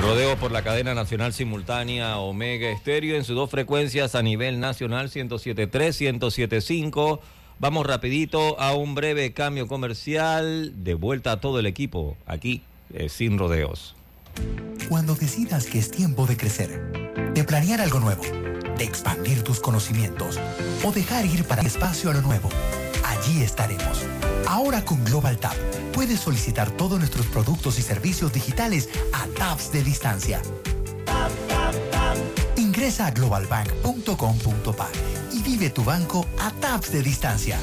Rodeo por la cadena nacional simultánea Omega Estéreo en sus dos frecuencias a nivel nacional, 107.3, 107.5. Vamos rapidito a un breve cambio comercial. De vuelta a todo el equipo, aquí, Sin Rodeos. Cuando decidas que es tiempo de crecer, de planear algo nuevo, de expandir tus conocimientos o dejar ir para espacio a lo nuevo, allí estaremos. Ahora con Global Tap, puedes solicitar todos nuestros productos y servicios digitales a taps de distancia. Ingresa a globalbank.com.pa y vive tu banco a taps de distancia.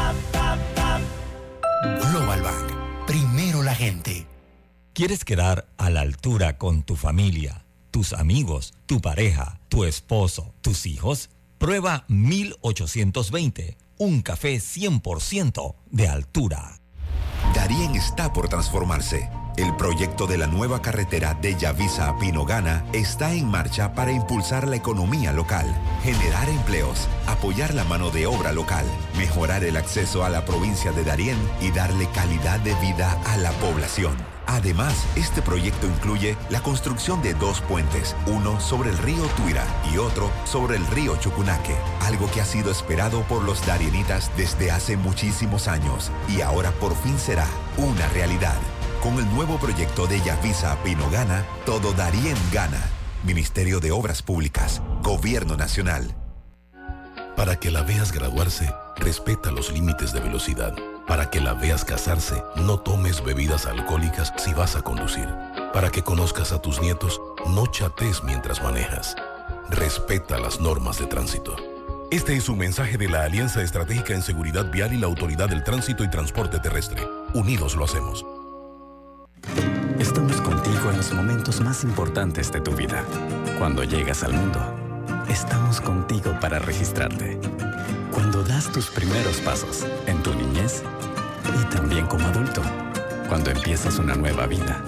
Global Bank, primero la gente. ¿Quieres quedar a la altura con tu familia, tus amigos, tu pareja, tu esposo, tus hijos? Prueba 1820, un café 100% de altura. Darién está por transformarse. El proyecto de la nueva carretera de Yavisa a Pinogana está en marcha para impulsar la economía local, generar empleos, apoyar la mano de obra local, mejorar el acceso a la provincia de Darién y darle calidad de vida a la población. Además, este proyecto incluye la construcción de 2 puentes, uno sobre el río Tuira y otro sobre el río Chucunaque, algo que ha sido esperado por los darienitas desde hace muchísimos años y ahora por fin será una realidad. Con el nuevo proyecto de Yavisa a Pinogana, todo Darién gana. Ministerio de Obras Públicas, Gobierno Nacional. Para que la veas graduarse, respeta los límites de velocidad. Para que la veas casarse, no tomes bebidas alcohólicas si vas a conducir. Para que conozcas a tus nietos, no chatees mientras manejas. Respeta las normas de tránsito. Este es un mensaje de la Alianza Estratégica en Seguridad Vial y la Autoridad del Tránsito y Transporte Terrestre. Unidos lo hacemos. Estamos contigo en los momentos más importantes de tu vida. Cuando llegas al mundo, estamos contigo para registrarte. Cuando das tus primeros pasos en tu niñez y también como adulto. Cuando empiezas una nueva vida.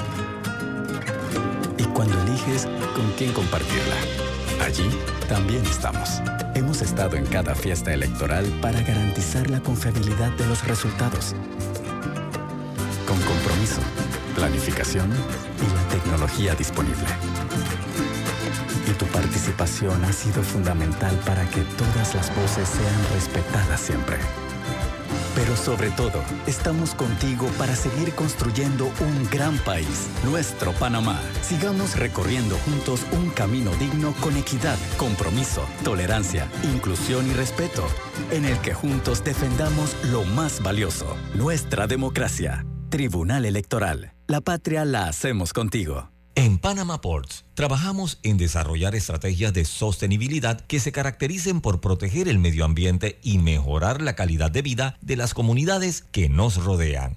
Y cuando eliges con quién compartirla. Allí también estamos. Hemos estado en cada fiesta electoral para garantizar la confiabilidad de los resultados. Con compromiso, planificación y la tecnología disponible. Y tu participación ha sido fundamental para que todas las voces sean respetadas siempre. Pero sobre todo, estamos contigo para seguir construyendo un gran país, nuestro Panamá. Sigamos recorriendo juntos un camino digno con equidad, compromiso, tolerancia, inclusión y respeto, en el que juntos defendamos lo más valioso, nuestra democracia. Tribunal Electoral. La patria la hacemos contigo. En Panama Ports, trabajamos en desarrollar estrategias de sostenibilidad que se caractericen por proteger el medio ambiente y mejorar la calidad de vida de las comunidades que nos rodean.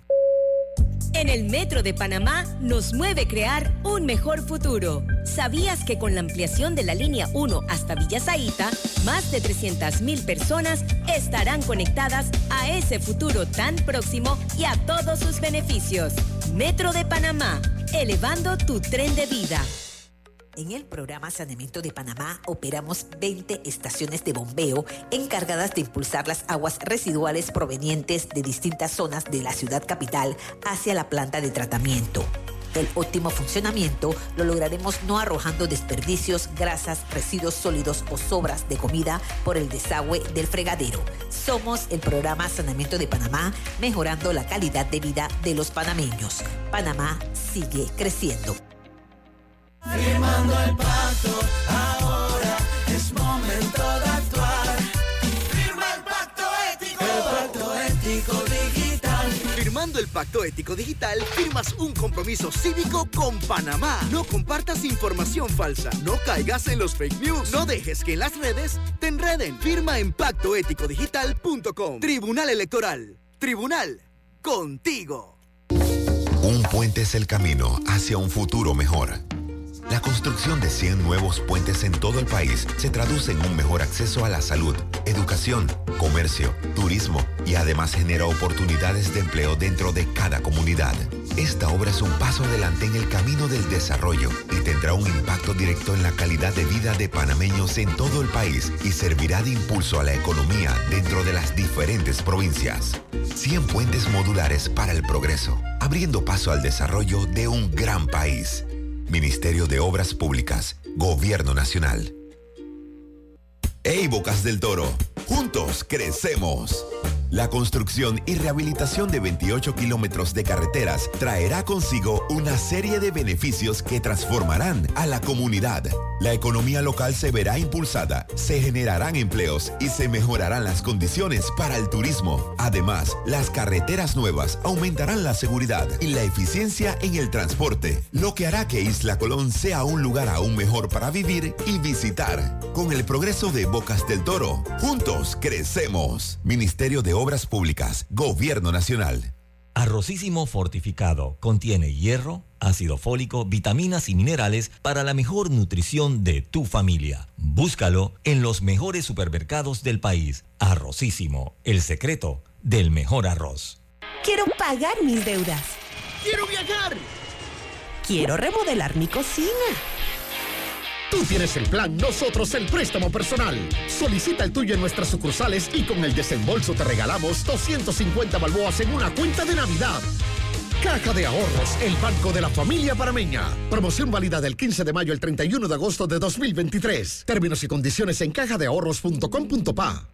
En el Metro de Panamá nos mueve crear un mejor futuro. ¿Sabías que con la ampliación de la línea 1 hasta Villa Zaita, más de 300,000 personas estarán conectadas a ese futuro tan próximo y a todos sus beneficios? Metro de Panamá, elevando tu tren de vida. En el programa Saneamiento de Panamá operamos 20 estaciones de bombeo encargadas de impulsar las aguas residuales provenientes de distintas zonas de la ciudad capital hacia la planta de tratamiento. El óptimo funcionamiento lo lograremos no arrojando desperdicios, grasas, residuos sólidos o sobras de comida por el desagüe del fregadero. Somos el programa Saneamiento de Panamá, mejorando la calidad de vida de los panameños. Panamá sigue creciendo. Firmando el pacto, ahora es momento de actuar. Firma el pacto ético. El pacto ético digital. Firmando el pacto ético digital, firmas un compromiso cívico con Panamá. No compartas información falsa, no caigas en los fake news, no dejes que en las redes te enreden. Firma en pactoeticodigital.com. Tribunal Electoral. Tribunal contigo. Un puente es el camino hacia un futuro mejor. La construcción de 100 nuevos puentes en todo el país se traduce en un mejor acceso a la salud, educación, comercio, turismo y además genera oportunidades de empleo dentro de cada comunidad. Esta obra es un paso adelante en el camino del desarrollo y tendrá un impacto directo en la calidad de vida de panameños en todo el país y servirá de impulso a la economía dentro de las diferentes provincias. 100 puentes modulares para el progreso, abriendo paso al desarrollo de un gran país. Ministerio de Obras Públicas, Gobierno Nacional. ¡Hey, Bocas del Toro! ¡Juntos crecemos! La construcción y rehabilitación de 28 kilómetros de carreteras traerá consigo una serie de beneficios que transformarán a la comunidad. La economía local se verá impulsada, se generarán empleos y se mejorarán las condiciones para el turismo. Además, las carreteras nuevas aumentarán la seguridad y la eficiencia en el transporte, lo que hará que Isla Colón sea un lugar aún mejor para vivir y visitar. Con el progreso de Bocas del Toro, juntos crecemos. Ministerio de Obras Públicas, Gobierno Nacional. Arrocísimo fortificado contiene hierro, ácido fólico, vitaminas y minerales para la mejor nutrición de tu familia. Búscalo en los mejores supermercados del país. Arrocísimo, el secreto del mejor arroz. Quiero pagar mis deudas. ¡Quiero viajar! Quiero remodelar mi cocina. Tú tienes el plan, nosotros el préstamo personal. Solicita el tuyo en nuestras sucursales y con el desembolso te regalamos 250 balboas en una cuenta de Navidad. Caja de Ahorros, el banco de la familia panameña. Promoción válida del 15 de mayo al 31 de agosto de 2023. Términos y condiciones en cajadeahorros.com.pa.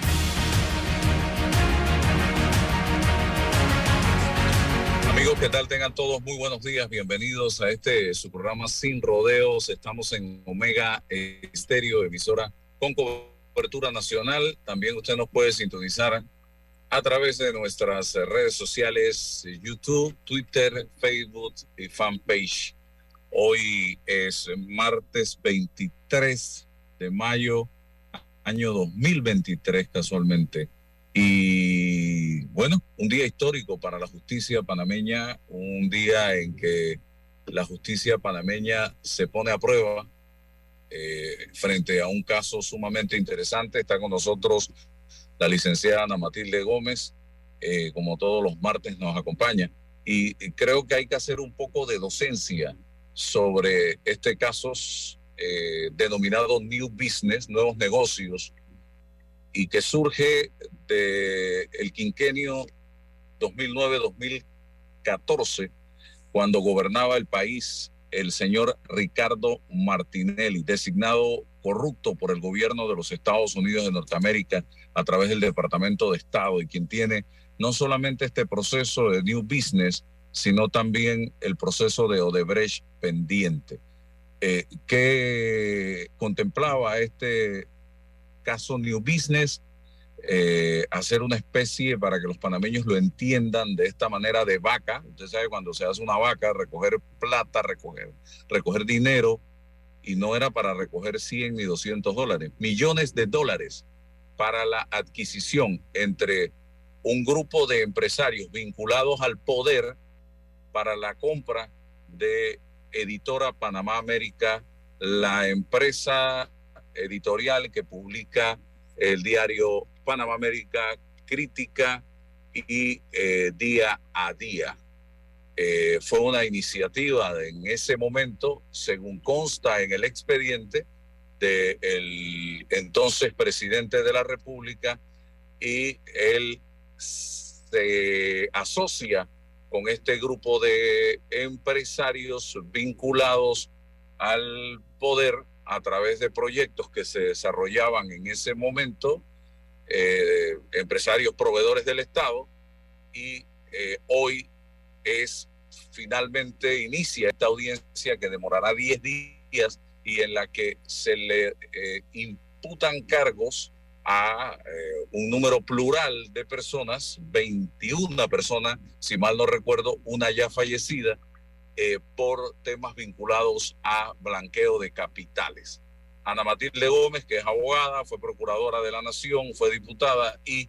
Amigos, ¿qué tal? Tengan todos muy buenos días. Bienvenidos a su programa Sin Rodeos. Estamos en Omega Estéreo, emisora con cobertura nacional. También usted nos puede sintonizar a través de nuestras redes sociales, YouTube, Twitter, Facebook y fanpage. Hoy es martes 23 de mayo, año 2023 casualmente. Y bueno, un día histórico para la justicia panameña, un día en que la justicia panameña se pone a prueba frente a un caso sumamente interesante. Está con nosotros la licenciada Ana Matilde Gómez, como todos los martes nos acompaña, y creo que hay que hacer un poco de docencia sobre este caso denominado New Business, nuevos negocios, y que surge del quinquenio 2009-2014, cuando gobernaba el país el señor Ricardo Martinelli, designado corrupto por el gobierno de los Estados Unidos de Norteamérica a través del Departamento de Estado, y quien tiene no solamente este proceso de New Business, sino también el proceso de Odebrecht pendiente. ¿Qué contemplaba este caso New Business? Hacer una especie, para que los panameños lo entiendan, de esta manera de vaca. Usted sabe, cuando se hace una vaca, recoger plata, recoger dinero, y no era para recoger 100 ni 200 dólares, millones de dólares para la adquisición entre un grupo de empresarios vinculados al poder para la compra de Editora Panamá América, la empresa editorial que publica el diario Panamá América, Crítica y Día a Día. Fue una iniciativa en ese momento, según consta en el expediente, del entonces presidente de la República, y él se asocia con este grupo de empresarios vinculados al poder a través de proyectos que se desarrollaban en ese momento, empresarios proveedores del Estado, y hoy finalmente inicia esta audiencia que demorará 10 días y en la que se le imputan cargos a un número plural de personas, 21 personas, si mal no recuerdo, una ya fallecida, por temas vinculados a blanqueo de capitales. Ana Matilde Gómez, que es abogada, fue procuradora de la Nación, fue diputada y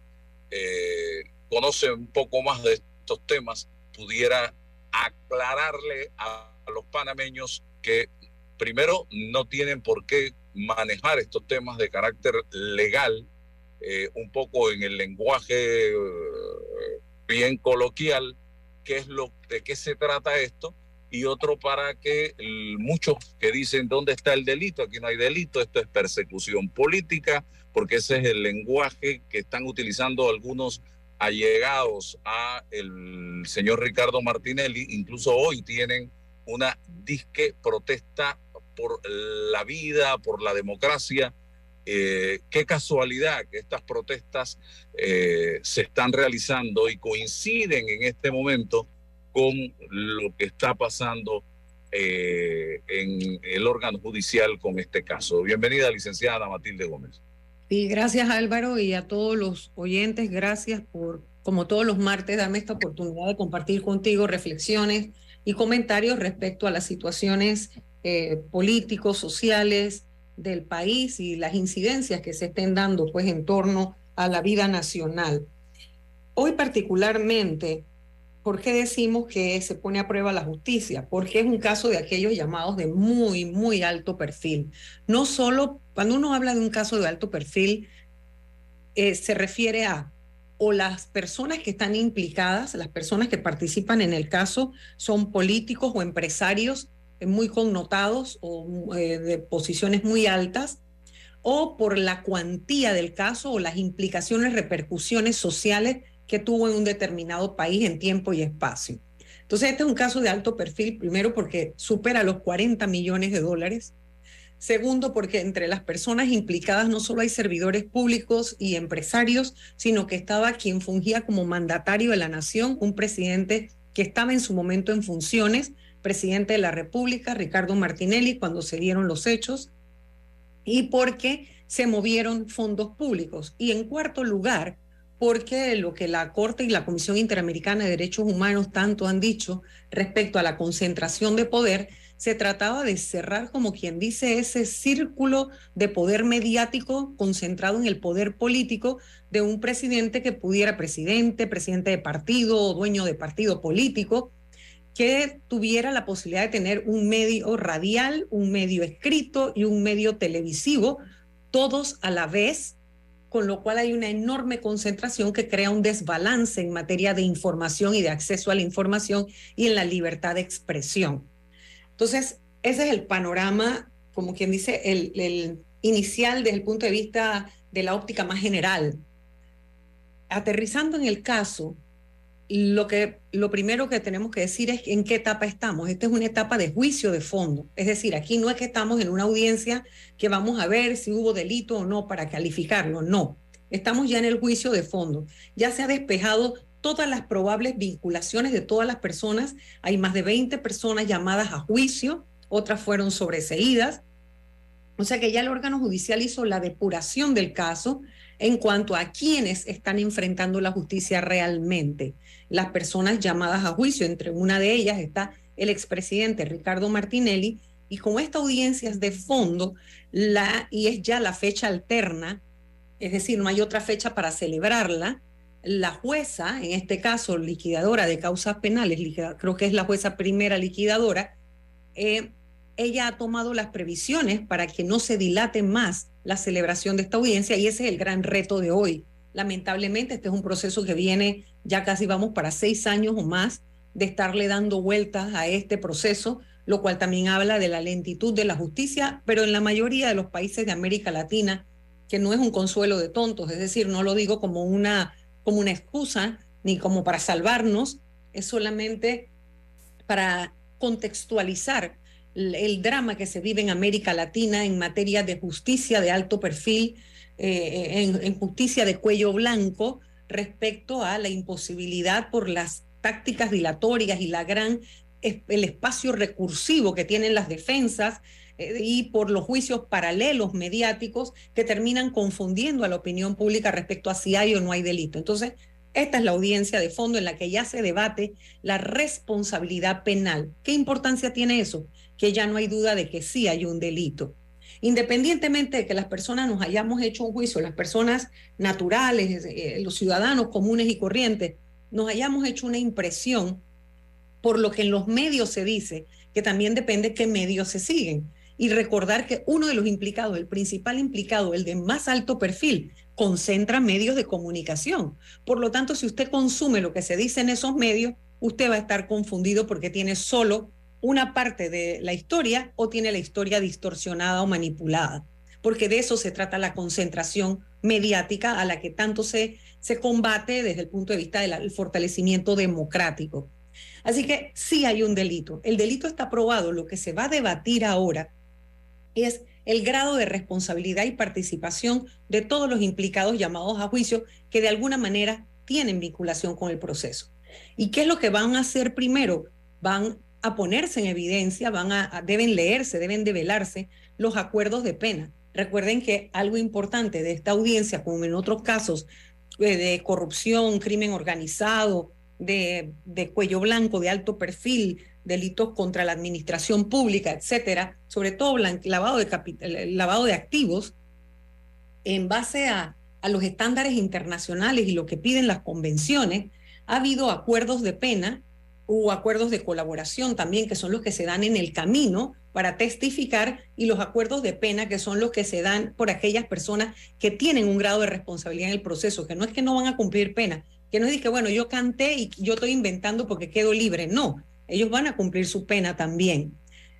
conoce un poco más de estos temas, pudiera aclararle a los panameños que primero no tienen por qué manejar estos temas de carácter legal, un poco en el lenguaje bien coloquial, de qué se trata esto, y otro para que muchos que dicen ¿dónde está el delito? Aquí no hay delito, esto es persecución política, porque ese es el lenguaje que están utilizando algunos allegados a el señor Ricardo Martinelli. Incluso hoy tienen una disque protesta por la vida, por la democracia. Qué casualidad que estas protestas se están realizando y coinciden en este momento con lo que está pasando en el órgano judicial con este caso. Bienvenida, licenciada Matilde Gómez. Sí, gracias Álvaro, y a todos los oyentes, gracias por, como todos los martes, darme esta oportunidad de compartir contigo reflexiones y comentarios respecto a las situaciones políticos, sociales del país y las incidencias que se estén dando pues en torno a la vida nacional. Hoy particularmente, ¿por qué decimos que se pone a prueba la justicia? Porque es un caso de aquellos llamados de muy, muy alto perfil. No solo, cuando uno habla de un caso de alto perfil, se refiere a o las personas que están implicadas, las personas que participan en el caso, son políticos o empresarios muy connotados o de posiciones muy altas, o por la cuantía del caso o las implicaciones, repercusiones sociales que tuvo en un determinado país en tiempo y espacio. Entonces, este es un caso de alto perfil, primero porque supera los 40 millones de dólares. Segundo, porque entre las personas implicadas no solo hay servidores públicos y empresarios, sino que estaba quien fungía como mandatario de la nación, un presidente que estaba en su momento en funciones, presidente de la República, Ricardo Martinelli, cuando se dieron los hechos, y porque se movieron fondos públicos. Y en cuarto lugar, porque lo que la Corte y la Comisión Interamericana de Derechos Humanos tanto han dicho respecto a la concentración de poder, se trataba de cerrar, como quien dice, ese círculo de poder mediático concentrado en el poder político de un presidente que pudiera, presidente de partido o dueño de partido político, que tuviera la posibilidad de tener un medio radial, un medio escrito y un medio televisivo, todos a la vez, con lo cual hay una enorme concentración que crea un desbalance en materia de información y de acceso a la información y en la libertad de expresión. Entonces, ese es el panorama, como quien dice, el inicial desde el punto de vista de la óptica más general. Aterrizando en el caso, lo primero que tenemos que decir es en qué etapa estamos. Esta es una etapa de juicio de fondo. Es decir, aquí no es que estamos en una audiencia que vamos a ver si hubo delito o no para calificarlo. No, estamos ya en el juicio de fondo. Ya se ha despejado todas las probables vinculaciones de todas las personas. Hay más de 20 personas llamadas a juicio, otras fueron sobreseídas. O sea que ya el órgano judicial hizo la depuración del caso en cuanto a quienes están enfrentando la justicia realmente. Las personas llamadas a juicio, entre una de ellas está el expresidente Ricardo Martinelli, y como esta audiencia es de fondo, y es ya la fecha alterna, es decir, no hay otra fecha para celebrarla, la jueza, en este caso liquidadora de causas penales, creo que es la jueza primera liquidadora, ella ha tomado las previsiones para que no se dilate más la celebración de esta audiencia, y ese es el gran reto de hoy. Lamentablemente, este es un proceso que viene, ya casi vamos para 6 años o más de estarle dando vueltas a este proceso, lo cual también habla de la lentitud de la justicia, pero en la mayoría de los países de América Latina, que no es un consuelo de tontos, es decir, no lo digo como una excusa ni como para salvarnos, es solamente para contextualizar el drama que se vive en América Latina en materia de justicia de alto perfil, en justicia de cuello blanco, respecto a la imposibilidad por las tácticas dilatorias y el espacio recursivo que tienen las defensas y por los juicios paralelos mediáticos que terminan confundiendo a la opinión pública respecto a si hay o no hay delito. Entonces, esta es la audiencia de fondo en la que ya se debate la responsabilidad penal. ¿Qué importancia tiene eso? Que ya no hay duda de que sí hay un delito. Independientemente de que las personas nos hayamos hecho un juicio, las personas naturales, los ciudadanos comunes y corrientes, nos hayamos hecho una impresión por lo que en los medios se dice, que también depende qué medios se siguen. Y recordar que uno de los implicados, el principal implicado, el de más alto perfil, concentra medios de comunicación. Por lo tanto, si usted consume lo que se dice en esos medios, usted va a estar confundido porque tiene solo una parte de la historia o tiene la historia distorsionada o manipulada. Porque de eso se trata la concentración mediática a la que tanto se combate desde el punto de vista del fortalecimiento democrático. Así que sí hay un delito. El delito está probado. Lo que se va a debatir ahora es el grado de responsabilidad y participación de todos los implicados llamados a juicio que de alguna manera tienen vinculación con el proceso. ¿Y qué es lo que van a hacer primero? Van a ponerse en evidencia, deben leerse, deben develarse los acuerdos de pena. Recuerden que algo importante de esta audiencia, como en otros casos de corrupción, crimen organizado, de cuello blanco, de alto perfil, delitos contra la administración pública, etcétera, sobre todo lavado de activos, en base a los estándares internacionales y lo que piden las convenciones, ha habido acuerdos de pena o acuerdos de colaboración también, que son los que se dan en el camino para testificar, y los acuerdos de pena, que son los que se dan por aquellas personas que tienen un grado de responsabilidad en el proceso, que no es que no van a cumplir pena, que no es que, bueno, yo canté y yo estoy inventando porque quedo libre. No, ellos van a cumplir su pena también.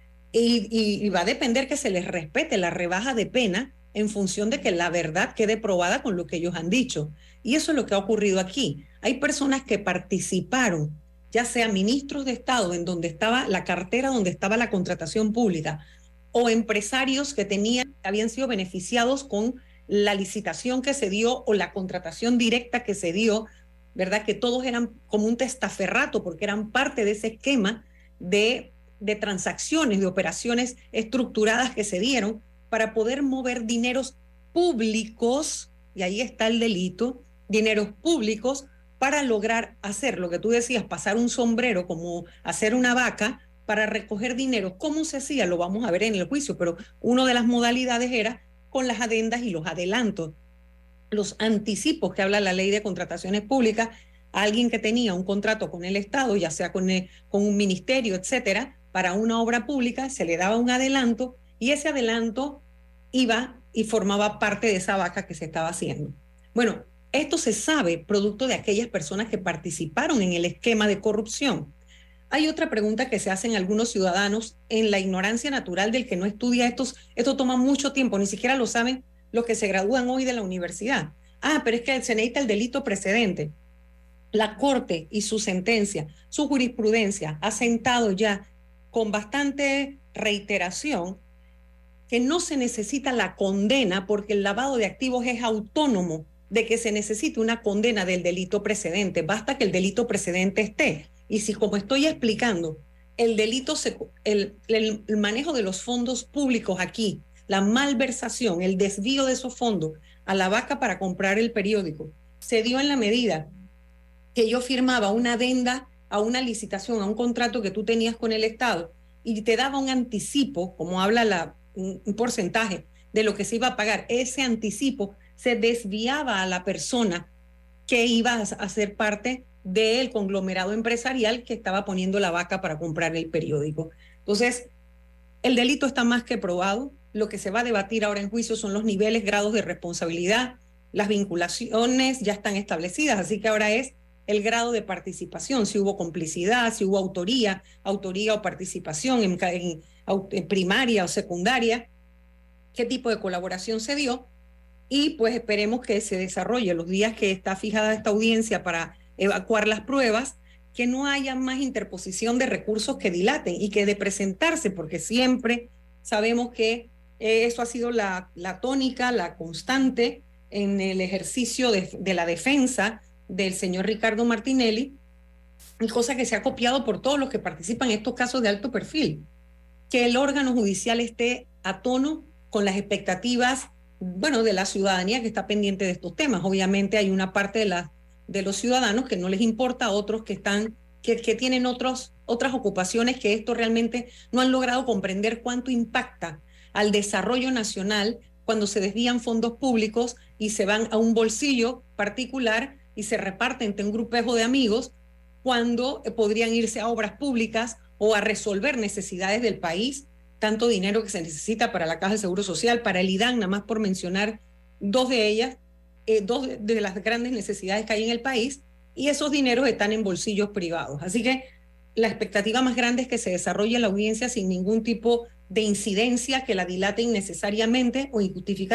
Y va a depender que se les respete la rebaja de pena en función de que la verdad quede probada con lo que ellos han dicho. Y eso es lo que ha ocurrido aquí. Hay personas que participaron, ya sea ministros de Estado, en donde estaba la cartera, donde estaba la contratación pública, o empresarios que habían sido beneficiados con la licitación que se dio o la contratación directa que se dio, ¿verdad? Que todos eran como un testaferrato porque eran parte de ese esquema de transacciones, de operaciones estructuradas que se dieron para poder mover dineros públicos, y ahí está el delito, dineros públicos para lograr hacer lo que tú decías, pasar un sombrero, como hacer una vaca, para recoger dinero. ¿Cómo se hacía? Lo vamos a ver en el juicio, pero una de las modalidades era con las adendas y los adelantos, los anticipos que habla la ley de contrataciones públicas. A alguien que tenía un contrato con el Estado, ya sea con un ministerio, etcétera, para una obra pública, se le daba un adelanto y ese adelanto iba y formaba parte de esa vaca que se estaba haciendo. Bueno, esto se sabe producto de aquellas personas que participaron en el esquema de corrupción. Hay otra pregunta que se hacen algunos ciudadanos en la ignorancia natural del que no estudia esto toma mucho tiempo, ni siquiera lo saben los que se gradúan hoy de la universidad. Pero es que se necesita el delito precedente. La Corte y su sentencia, su jurisprudencia ha sentado ya con bastante reiteración que no se necesita la condena, porque el lavado de activos es autónomo de que se necesite una condena del delito precedente. Basta que el delito precedente esté. Y si, como estoy explicando, el delito, el manejo de los fondos públicos aquí, la malversación, el desvío de esos fondos a la vaca para comprar el periódico, se dio en la medida que yo firmaba una adenda a una licitación, a un contrato que tú tenías con el Estado, y te daba un anticipo, como habla un porcentaje de lo que se iba a pagar. Ese anticipo se desviaba a la persona que iba a ser parte del conglomerado empresarial que estaba poniendo la vaca para comprar el periódico. Entonces, el delito está más que probado. Lo que se va a debatir ahora en juicio son los niveles, grados de responsabilidad. Las vinculaciones ya están establecidas, así que ahora es el grado de participación, si hubo complicidad, si hubo autoría o participación en primaria o secundaria, qué tipo de colaboración se dio, y pues esperemos que se desarrolle los días que está fijada esta audiencia para evacuar las pruebas, que no haya más interposición de recursos que dilaten y que de presentarse, porque siempre sabemos que eso ha sido la tónica, la constante en el ejercicio de la defensa del señor Ricardo Martinelli, y cosa que se ha copiado por todos los que participan en estos casos de alto perfil, que el órgano judicial esté a tono con las expectativas, de la ciudadanía que está pendiente de estos temas. Obviamente hay una parte de los ciudadanos que no les importa, otros que tienen otras ocupaciones, que esto realmente no han logrado comprender cuánto impacta al desarrollo nacional cuando se desvían fondos públicos y se van a un bolsillo particular y se reparten entre un grupejo de amigos, cuando podrían irse a obras públicas o a resolver necesidades del país, tanto dinero que se necesita para la Caja de Seguro Social, para el IDAN, nada más por mencionar dos de ellas, dos de las grandes necesidades que hay en el país, y esos dineros están en bolsillos privados. Así que la expectativa más grande es que se desarrolle la audiencia sin ningún tipo de incidencia que la dilate innecesariamente o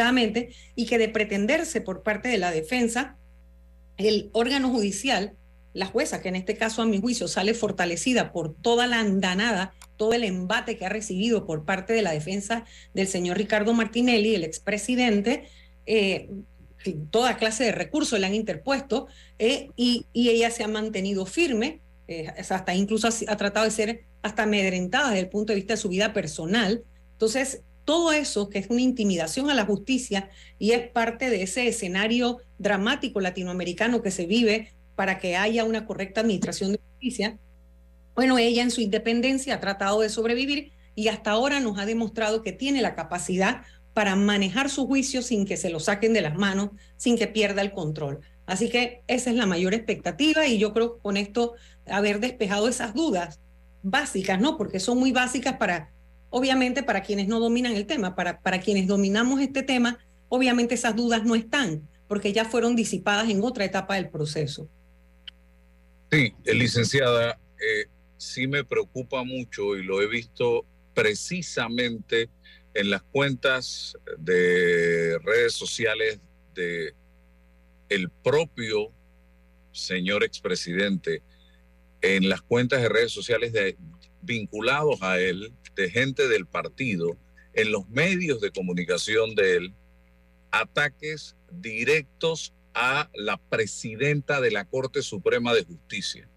injustificadamente, y que de pretenderse por parte de la defensa, el órgano judicial, la jueza, que en este caso a mi juicio sale fortalecida por toda la andanada, todo el embate que ha recibido por parte de la defensa del señor Ricardo Martinelli, el expresidente, toda clase de recursos le han interpuesto, y ella se ha mantenido firme, hasta incluso ha tratado de ser hasta amedrentada desde el punto de vista de su vida personal. Entonces, todo eso, que es una intimidación a la justicia y es parte de ese escenario dramático latinoamericano que se vive para que haya una correcta administración de justicia, bueno, ella en su independencia ha tratado de sobrevivir y hasta ahora nos ha demostrado que tiene la capacidad para manejar su juicio sin que se lo saquen de las manos, sin que pierda el control. Así que esa es la mayor expectativa y yo creo que con esto haber despejado esas dudas básicas, ¿no? Porque son muy básicas obviamente para quienes no dominan el tema, para quienes dominamos este tema, obviamente esas dudas no están, porque ya fueron disipadas en otra etapa del proceso. Sí, licenciada, sí me preocupa mucho y lo he visto precisamente en las cuentas de redes sociales de el propio señor expresidente, en las cuentas de redes sociales vinculados a él, de gente del partido, en los medios de comunicación de él, ataques directos a la presidenta de la Corte Suprema de Justicia,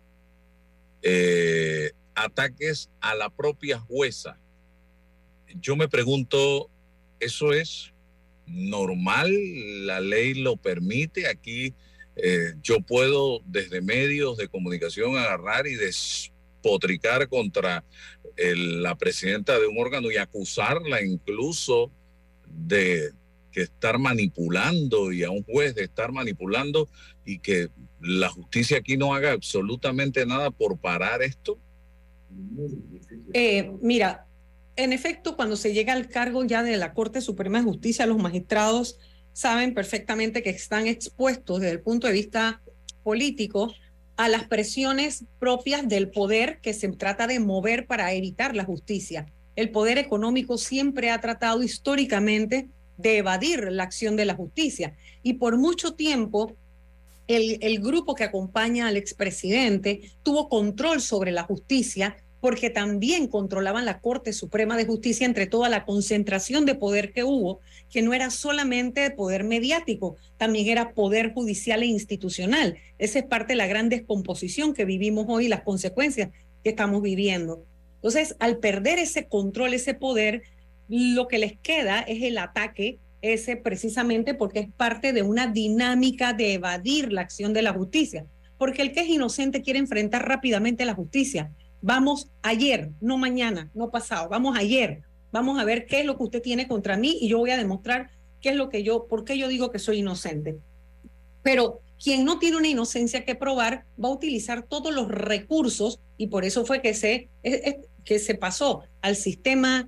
ataques a la propia jueza. Yo me pregunto, ¿eso es normal? ¿La ley lo permite? Aquí yo puedo desde medios de comunicación agarrar y despotricar contra la presidenta de un órgano y acusarla incluso de que estar manipulando y a un juez de estar manipulando y que la justicia aquí no haga absolutamente nada por parar esto. Mira, en efecto, cuando se llega al cargo ya de la Corte Suprema de Justicia, los magistrados saben perfectamente que están expuestos desde el punto de vista político a las presiones propias del poder que se trata de mover para evitar la justicia. El poder económico siempre ha tratado históricamente de evadir la acción de la justicia y por mucho tiempo el grupo que acompaña al expresidente tuvo control sobre la justicia porque también controlaban la Corte Suprema de Justicia entre toda la concentración de poder que hubo, que no era solamente poder mediático, también era poder judicial e institucional. Esa es parte de la gran descomposición que vivimos hoy, las consecuencias que estamos viviendo. Entonces, al perder ese control, ese poder, lo que les queda es el ataque, ese precisamente porque es parte de una dinámica de evadir la acción de la justicia, porque el que es inocente quiere enfrentar rápidamente la justicia. Vamos ayer, no mañana, no pasado, vamos ayer, vamos a ver qué es lo que usted tiene contra mí y yo voy a demostrar qué es lo que por qué yo digo que soy inocente. Pero quien no tiene una inocencia que probar va a utilizar todos los recursos y por eso fue que se pasó al sistema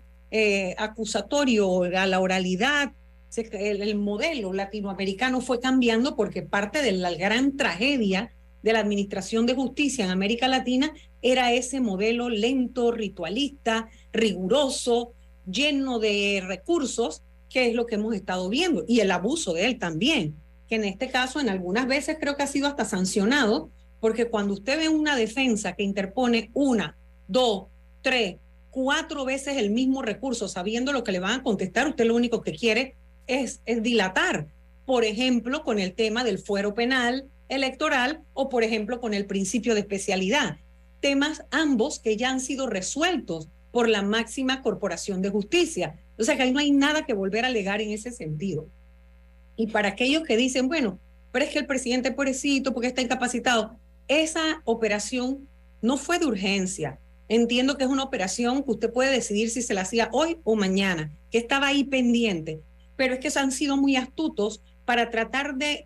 acusatorio, a la oralidad. El modelo latinoamericano fue cambiando porque parte de la gran tragedia de la administración de justicia en América Latina era ese modelo lento, ritualista, riguroso, lleno de recursos, que es lo que hemos estado viendo, y el abuso de él también, que en este caso en algunas veces creo que ha sido hasta sancionado, porque cuando usted ve una defensa que interpone 1, 2, 3, 4 veces el mismo recurso, sabiendo lo que le van a contestar, usted lo único que quiere es dilatar, por ejemplo, con el tema del fuero penal electoral o, por ejemplo, con el principio de especialidad. Temas ambos que ya han sido resueltos por la máxima corporación de justicia. O sea que ahí no hay nada que volver a alegar en ese sentido. Y para aquellos que dicen, bueno, pero es que el presidente pobrecito porque está incapacitado, esa operación no fue de urgencia. Entiendo que es una operación que usted puede decidir si se la hacía hoy o mañana, que estaba ahí pendiente, pero es que han sido muy astutos para tratar de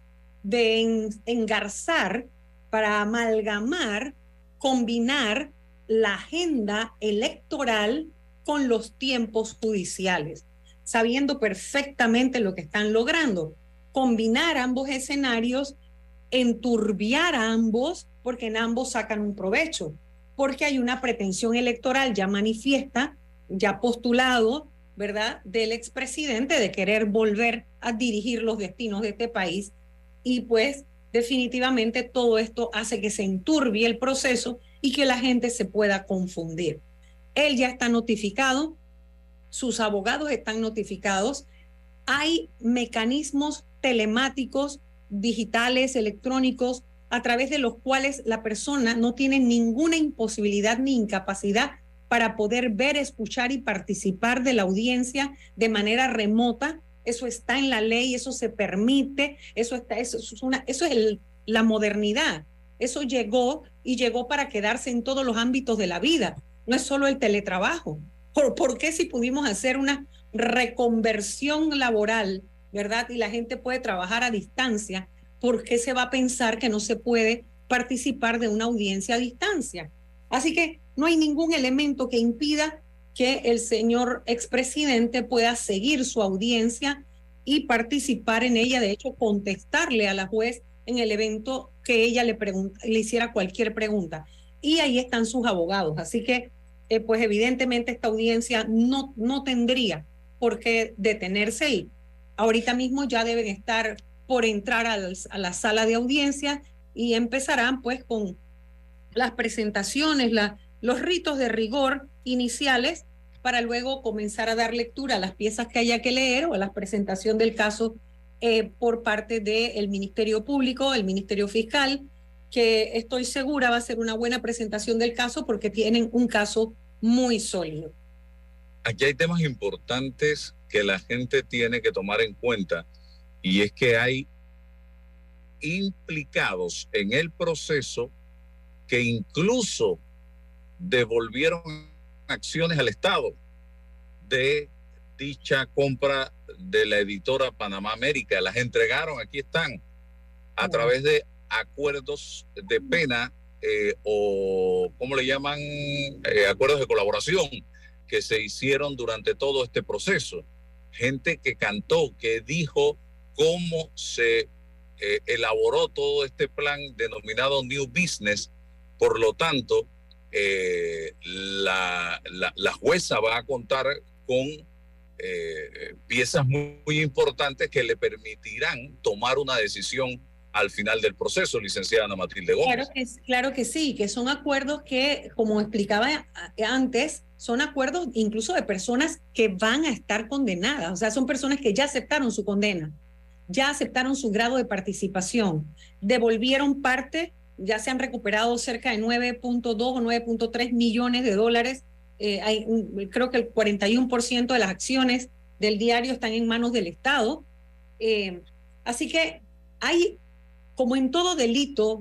engarzar, para amalgamar, combinar la agenda electoral con los tiempos judiciales, sabiendo perfectamente lo que están logrando. Combinar ambos escenarios, enturbiar a ambos, porque en ambos sacan un provecho, porque hay una pretensión electoral ya manifiesta, ya postulado, ¿verdad?, del expresidente de querer volver a dirigir los destinos de este país. Y pues definitivamente todo esto hace que se enturbie el proceso y que la gente se pueda confundir. Él ya está notificado, sus abogados están notificados, hay mecanismos telemáticos, digitales, electrónicos, a través de los cuales la persona no tiene ninguna imposibilidad ni incapacidad para poder ver, escuchar y participar de la audiencia de manera remota. Eso está en la ley, eso se permite, eso es la modernidad. Eso llegó y llegó para quedarse en todos los ámbitos de la vida. No es solo el teletrabajo. ¿Por qué si pudimos hacer una reconversión laboral, verdad? Y la gente puede trabajar a distancia, ¿por qué se va a pensar que no se puede participar de una audiencia a distancia? Así que no hay ningún elemento que impida que el señor expresidente pueda seguir su audiencia y participar en ella, de hecho, contestarle a la juez en el evento que ella le hiciera cualquier pregunta. Y ahí están sus abogados. Así que, pues evidentemente esta audiencia no tendría por qué detenerse y ahorita mismo ya deben estar por entrar a la sala de audiencia y empezarán pues con las presentaciones, los ritos de rigor iniciales para luego comenzar a dar lectura a las piezas que haya que leer o a la presentación del caso por parte del Ministerio Público, el Ministerio Fiscal, que estoy segura va a ser una buena presentación del caso porque tienen un caso muy sólido. Aquí hay temas importantes que la gente tiene que tomar en cuenta y es que hay implicados en el proceso que incluso devolvieron acciones al Estado de dicha compra de la editora Panamá América. Las entregaron, aquí están, a través de acuerdos de pena o, ¿cómo le llaman? Acuerdos de colaboración que se hicieron durante todo este proceso. Gente que cantó, que dijo cómo se elaboró todo este plan denominado New Business. Por lo tanto, la jueza va a contar con piezas muy importantes que le permitirán tomar una decisión al final del proceso, licenciada Ana Matilde Gómez. Claro que sí, que son acuerdos que, como explicaba antes, son acuerdos incluso de personas que van a estar condenadas, o sea, son personas que ya aceptaron su condena, ya aceptaron su grado de participación, devolvieron parte, ya se han recuperado cerca de 9.2 o 9.3 millones de dólares. Creo que el 41% de las acciones del diario están en manos del Estado. Así que hay, como en todo delito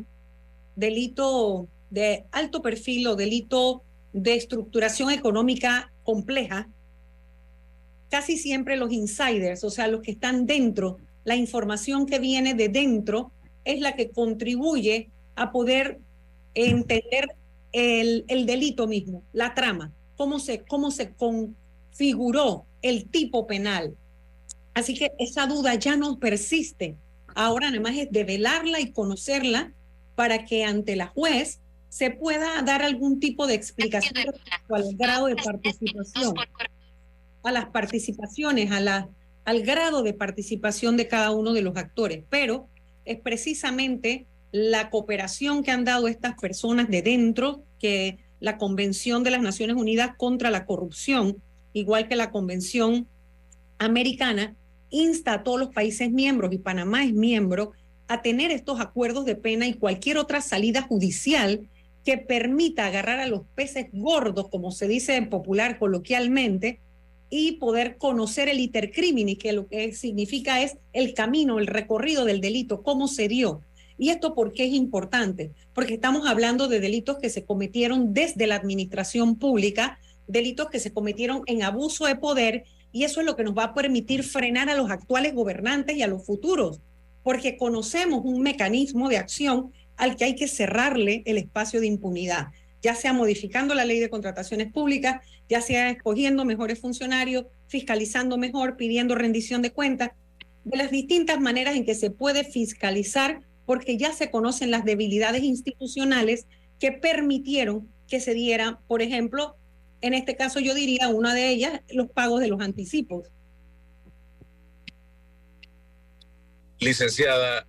de alto perfil o delito de estructuración económica compleja, casi siempre los insiders, o sea, los que están dentro, la información que viene de dentro es la que contribuye a poder entender el delito mismo, la trama, cómo se configuró el tipo penal. Así que esa duda ya no persiste. Ahora nada más es develarla y conocerla para que ante la juez se pueda dar algún tipo de explicación al grado de participación, a las participaciones, al grado de participación de cada uno de los actores. Pero es precisamente la cooperación que han dado estas personas de dentro, que la Convención de las Naciones Unidas contra la Corrupción, igual que la Convención Americana, insta a todos los países miembros, y Panamá es miembro, a tener estos acuerdos de pena y cualquier otra salida judicial que permita agarrar a los peces gordos, como se dice en popular coloquialmente, y poder conocer el iter crimini, que lo que significa es el camino, el recorrido del delito, cómo se dio. ¿Y esto por qué es importante? Porque estamos hablando de delitos que se cometieron desde la administración pública, delitos que se cometieron en abuso de poder, y eso es lo que nos va a permitir frenar a los actuales gobernantes y a los futuros, porque conocemos un mecanismo de acción al que hay que cerrarle el espacio de impunidad, ya sea modificando la ley de contrataciones públicas, ya sea escogiendo mejores funcionarios, fiscalizando mejor, pidiendo rendición de cuentas, de las distintas maneras en que se puede fiscalizar, porque ya se conocen las debilidades institucionales que permitieron que se diera, por ejemplo, en este caso yo diría una de ellas, los pagos de los anticipos. Licenciada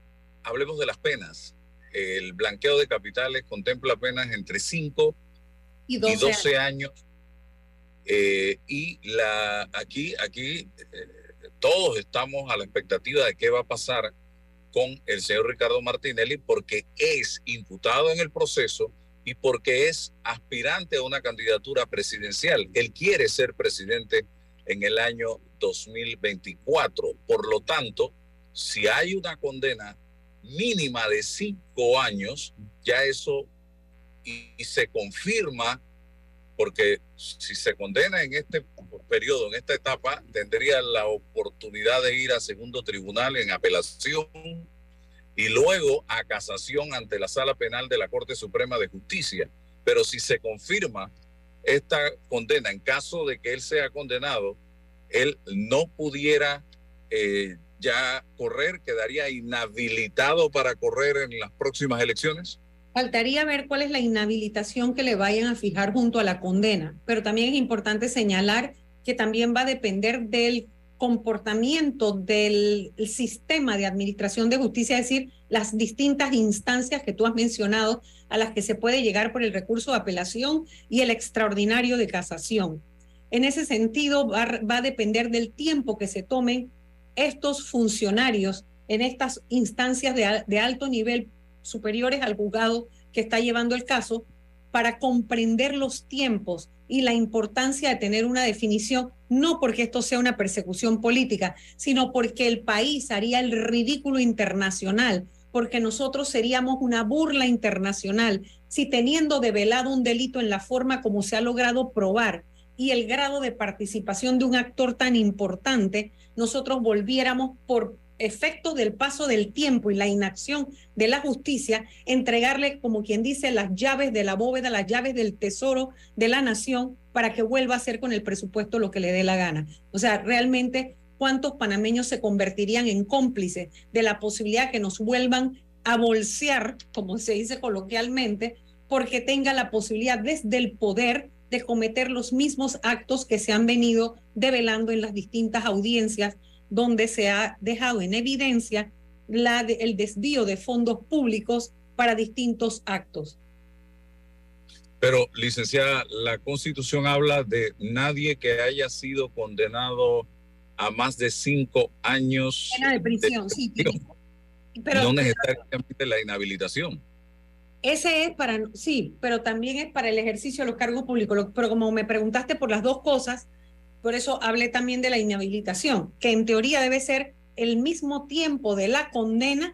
hablemos de las penas. El blanqueo de capitales contempla penas entre 5 y 12 años. Aquí todos estamos a la expectativa de qué va a pasar con el señor Ricardo Martinelli, porque es imputado en el proceso y porque es aspirante a una candidatura presidencial. Él quiere ser presidente en el año 2024. Por lo tanto, si hay una condena mínima de 5 años, ya eso y se confirma, porque si se condena en este periodo, en esta etapa, tendría la oportunidad de ir a segundo tribunal en apelación y luego a casación ante la Sala Penal de la Corte Suprema de Justicia. Pero si se confirma esta condena, en caso de que él sea condenado, él no pudiera ya correr, quedaría inhabilitado para correr en las próximas elecciones. Faltaría ver cuál es la inhabilitación que le vayan a fijar junto a la condena, pero también es importante señalar que también va a depender del comportamiento del sistema de administración de justicia, es decir, las distintas instancias que tú has mencionado a las que se puede llegar por el recurso de apelación y el extraordinario de casación. En ese sentido, va a depender del tiempo que se tomen estos funcionarios en estas instancias de alto nivel superiores al juzgado que está llevando el caso, para comprender los tiempos y la importancia de tener una definición, no porque esto sea una persecución política, sino porque el país haría el ridículo internacional, porque nosotros seríamos una burla internacional si, teniendo develado un delito en la forma como se ha logrado probar y el grado de participación de un actor tan importante, nosotros volviéramos, por efectos del paso del tiempo y la inacción de la justicia, entregarle, como quien dice, las llaves de la bóveda, las llaves del tesoro de la nación, para que vuelva a hacer con el presupuesto lo que le dé la gana. O sea, realmente, ¿cuántos panameños se convertirían en cómplices de la posibilidad que nos vuelvan a bolsear, como se dice coloquialmente, porque tenga la posibilidad desde el poder de cometer los mismos actos que se han venido develando en las distintas audiencias, donde se ha dejado en evidencia el desvío de fondos públicos para distintos actos? Pero, licenciada, la Constitución habla de nadie que haya sido condenado a más de 5 años pena de prisión, sí, pero no necesariamente la inhabilitación. Ese es para, sí, pero también es para el ejercicio de los cargos públicos. Pero como me preguntaste por las dos cosas, por eso hablé también de la inhabilitación, que en teoría debe ser el mismo tiempo de la condena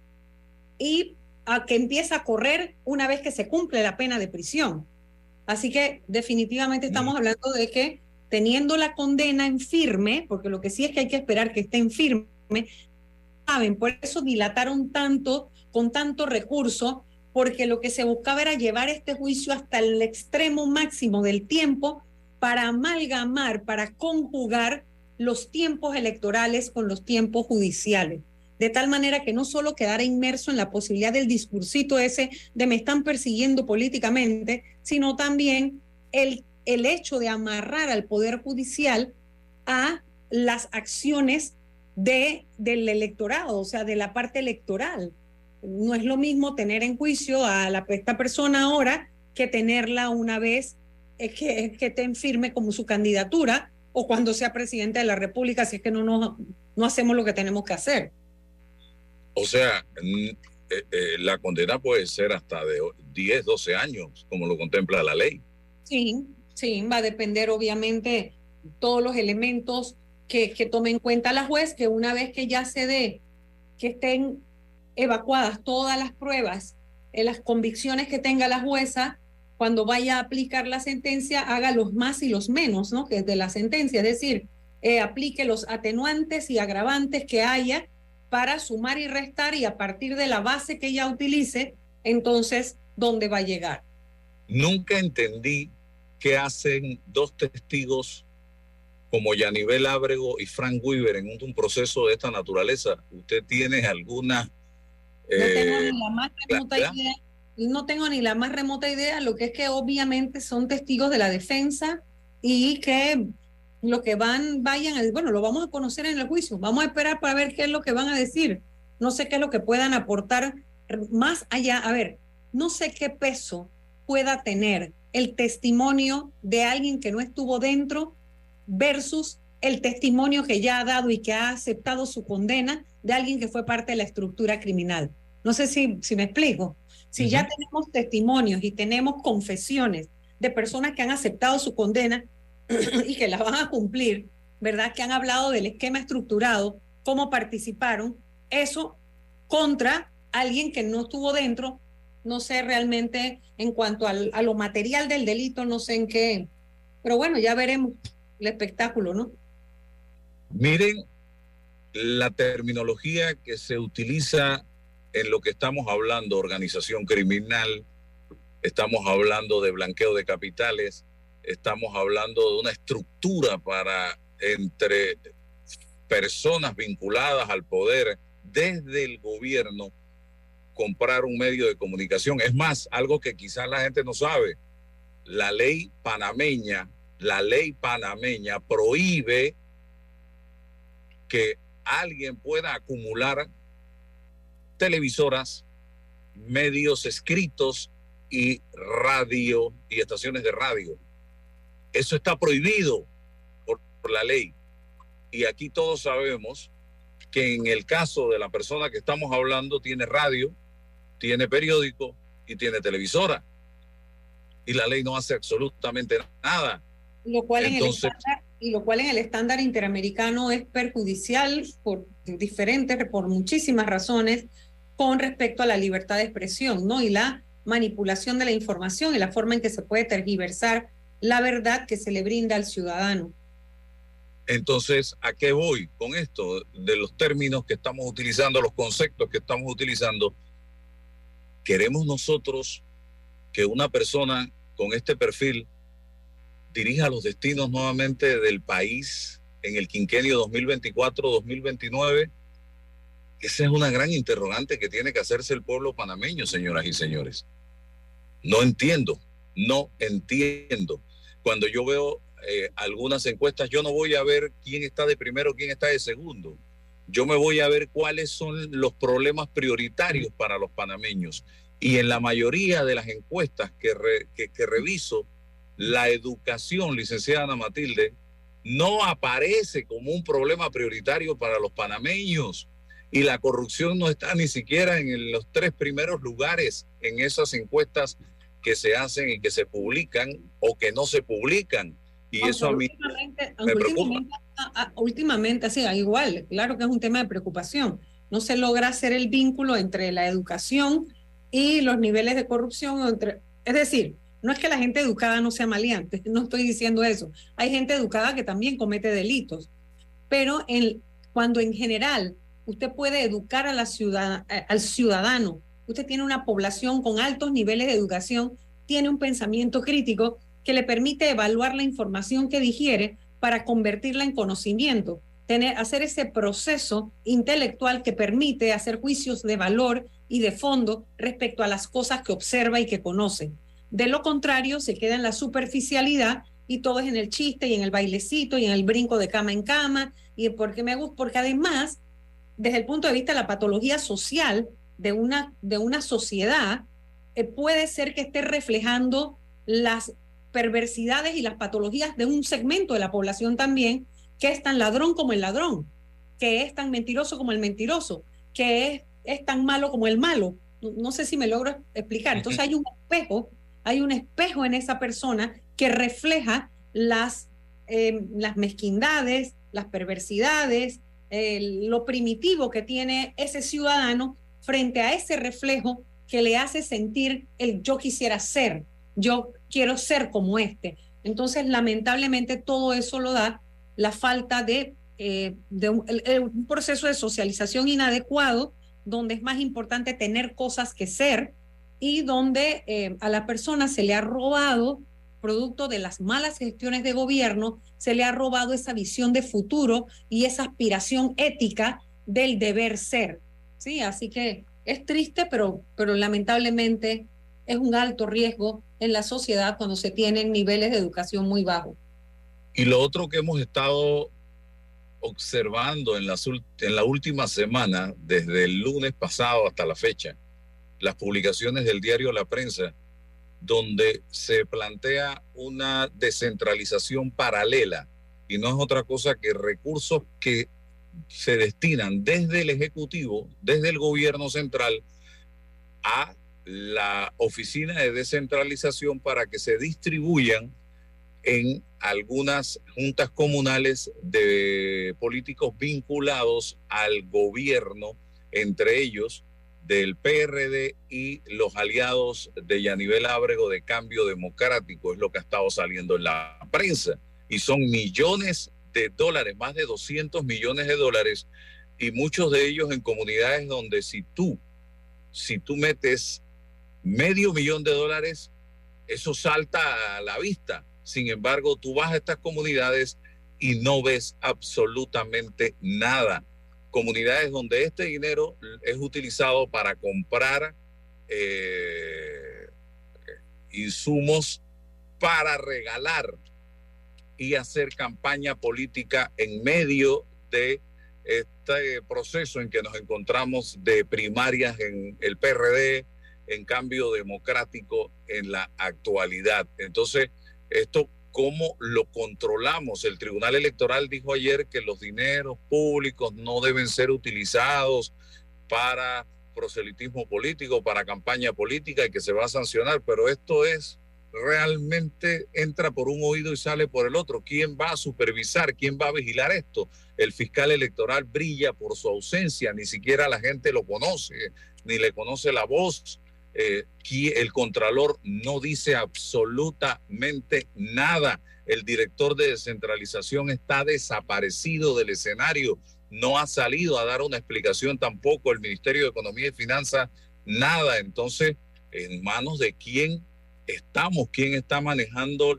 y a que empieza a correr una vez que se cumple la pena de prisión. Así que definitivamente estamos hablando de que, teniendo la condena en firme, porque lo que sí es que hay que esperar que esté en firme, saben, por eso dilataron tanto, con tanto recurso, porque lo que se buscaba era llevar este juicio hasta el extremo máximo del tiempo, para amalgamar, para conjugar los tiempos electorales con los tiempos judiciales, de tal manera que no solo quedara inmerso en la posibilidad del discursito ese de me están persiguiendo políticamente, sino también el hecho de amarrar al Poder Judicial a las acciones del electorado, o sea, de la parte electoral. No es lo mismo tener en juicio a esta persona ahora que tenerla una vez que esté firme como su candidatura, o cuando sea presidente de la República, si es que no hacemos lo que tenemos que hacer. O sea, la condena puede ser hasta de 10, 12 años, como lo contempla la ley. Sí, va a depender obviamente todos los elementos que tome en cuenta la juez, que una vez que ya se dé, que estén evacuadas todas las pruebas, las convicciones que tenga la jueza, cuando vaya a aplicar la sentencia, haga los más y los menos, ¿no?, que es de la sentencia, es decir, aplique los atenuantes y agravantes que haya para sumar y restar, y a partir de la base que ella utilice, entonces, ¿dónde va a llegar? Nunca entendí qué hacen dos testigos como Yanivel Ábrego y Frank Weaver en un proceso de esta naturaleza. ¿Usted tiene alguna No tengo ni la más remota idea, lo que es que obviamente son testigos de la defensa y que lo que vayan, bueno, lo vamos a conocer en el juicio, vamos a esperar para ver qué es lo que van a decir. no sé qué es lo que puedan aportar más allá. A ver, no sé qué peso pueda tener el testimonio de alguien que no estuvo dentro versus el testimonio que ya ha dado y que ha aceptado su condena de alguien que fue parte de la estructura criminal. No sé si me explico. Si ya tenemos testimonios y tenemos confesiones de personas que han aceptado su condena y que la van a cumplir, ¿verdad? Que han hablado del esquema estructurado, cómo participaron, eso contra alguien que no estuvo dentro, no sé realmente en cuanto a lo material del delito, no sé en qué, pero bueno, ya veremos el espectáculo, ¿no? Miren la terminología que se utiliza en lo que estamos hablando, organización criminal, estamos hablando de blanqueo de capitales, estamos hablando de una estructura para entre personas vinculadas al poder desde el gobierno comprar un medio de comunicación. Es más, algo que quizás la gente no sabe, la ley panameña prohíbe que alguien pueda acumular televisoras, medios escritos y radio y estaciones de radio. Eso está prohibido por la ley. Y aquí todos sabemos que en el caso de la persona que estamos hablando tiene radio, tiene periódico y tiene televisora. Y la ley no hace absolutamente nada. Lo cual en el estándar interamericano es perjudicial por muchísimas razones con respecto a la libertad de expresión, ¿no? Y la manipulación de la información y la forma en que se puede tergiversar la verdad que se le brinda al ciudadano. Entonces, ¿a qué voy con esto? De los términos que estamos utilizando, los conceptos que estamos utilizando, ¿queremos nosotros que una persona con este perfil dirija los destinos nuevamente del país en el quinquenio 2024-2029? Esa es una gran interrogante que tiene que hacerse el pueblo panameño, señoras y señores. No entiendo. Cuando yo veo algunas encuestas, yo no voy a ver quién está de primero, quién está de segundo. Yo me voy a ver cuáles son los problemas prioritarios para los panameños. Y en la mayoría de las encuestas que reviso, la educación, licenciada Ana Matilde, no aparece como un problema prioritario para los panameños. Y la corrupción no está ni siquiera en los 3 primeros lugares en esas encuestas que se hacen y que se publican o que no se publican. Y aunque eso a mí me preocupa. Últimamente, sí, igual, claro que es un tema de preocupación. No se logra hacer el vínculo entre la educación y los niveles de corrupción. Es decir, no es que la gente educada no sea maleante, no estoy diciendo eso. Hay gente educada que también comete delitos. Pero cuando en general usted puede educar al ciudadano, usted tiene una población con altos niveles de educación, tiene un pensamiento crítico que le permite evaluar la información que digiere para convertirla en conocimiento, hacer ese proceso intelectual que permite hacer juicios de valor y de fondo respecto a las cosas que observa y que conoce. De lo contrario, se queda en la superficialidad y todo es en el chiste y en el bailecito y en el brinco de cama en cama, y porque además, desde el punto de vista de la patología social de una sociedad, puede ser que esté reflejando las perversidades y las patologías de un segmento de la población también, que es tan ladrón como el ladrón, que es tan mentiroso como el mentiroso, que es tan malo como el malo. No sé si me logro explicar. Entonces hay un espejo en esa persona que refleja las mezquindades, las perversidades, lo primitivo que tiene ese ciudadano frente a ese reflejo que le hace sentir yo quisiera ser, yo quiero ser como este. Entonces, lamentablemente, todo eso lo da la falta de un proceso de socialización inadecuado, donde es más importante tener cosas que ser y donde a la persona se le ha robado, producto de las malas gestiones de gobierno, se le ha robado esa visión de futuro y esa aspiración ética del deber ser. Sí, así que es triste, pero lamentablemente es un alto riesgo en la sociedad cuando se tienen niveles de educación muy bajos. Y lo otro que hemos estado observando en la última semana, desde el lunes pasado hasta la fecha, las publicaciones del diario La Prensa, donde se plantea una descentralización paralela, y no es otra cosa que recursos que se destinan desde el Ejecutivo, desde el gobierno central, a la oficina de descentralización para que se distribuyan en algunas juntas comunales de políticos vinculados al gobierno, entre ellos del PRD y los aliados de Yanivel Ábrego de Cambio Democrático, es lo que ha estado saliendo en la prensa. Y son millones de dólares, más de 200 millones de dólares, y muchos de ellos en comunidades donde si tú metes $500,000, eso salta a la vista. Sin embargo, tú vas a estas comunidades y no ves absolutamente nada. Comunidades donde este dinero es utilizado para comprar insumos para regalar y hacer campaña política en medio de este proceso en que nos encontramos de primarias en el PRD, en Cambio Democrático en la actualidad. Entonces, esto, ¿cómo lo controlamos? El Tribunal Electoral dijo ayer que los dineros públicos no deben ser utilizados para proselitismo político, para campaña política, y que se va a sancionar, pero esto es realmente, entra por un oído y sale por el otro. ¿Quién va a supervisar? ¿Quién va a vigilar esto? El fiscal electoral brilla por su ausencia, ni siquiera la gente lo conoce, ni le conoce la voz. El contralor no dice absolutamente nada. El director de descentralización está desaparecido del escenario, no ha salido a dar una explicación tampoco. El Ministerio de Economía y Finanzas, nada. Entonces, ¿en manos de quién estamos? ¿Quién está manejando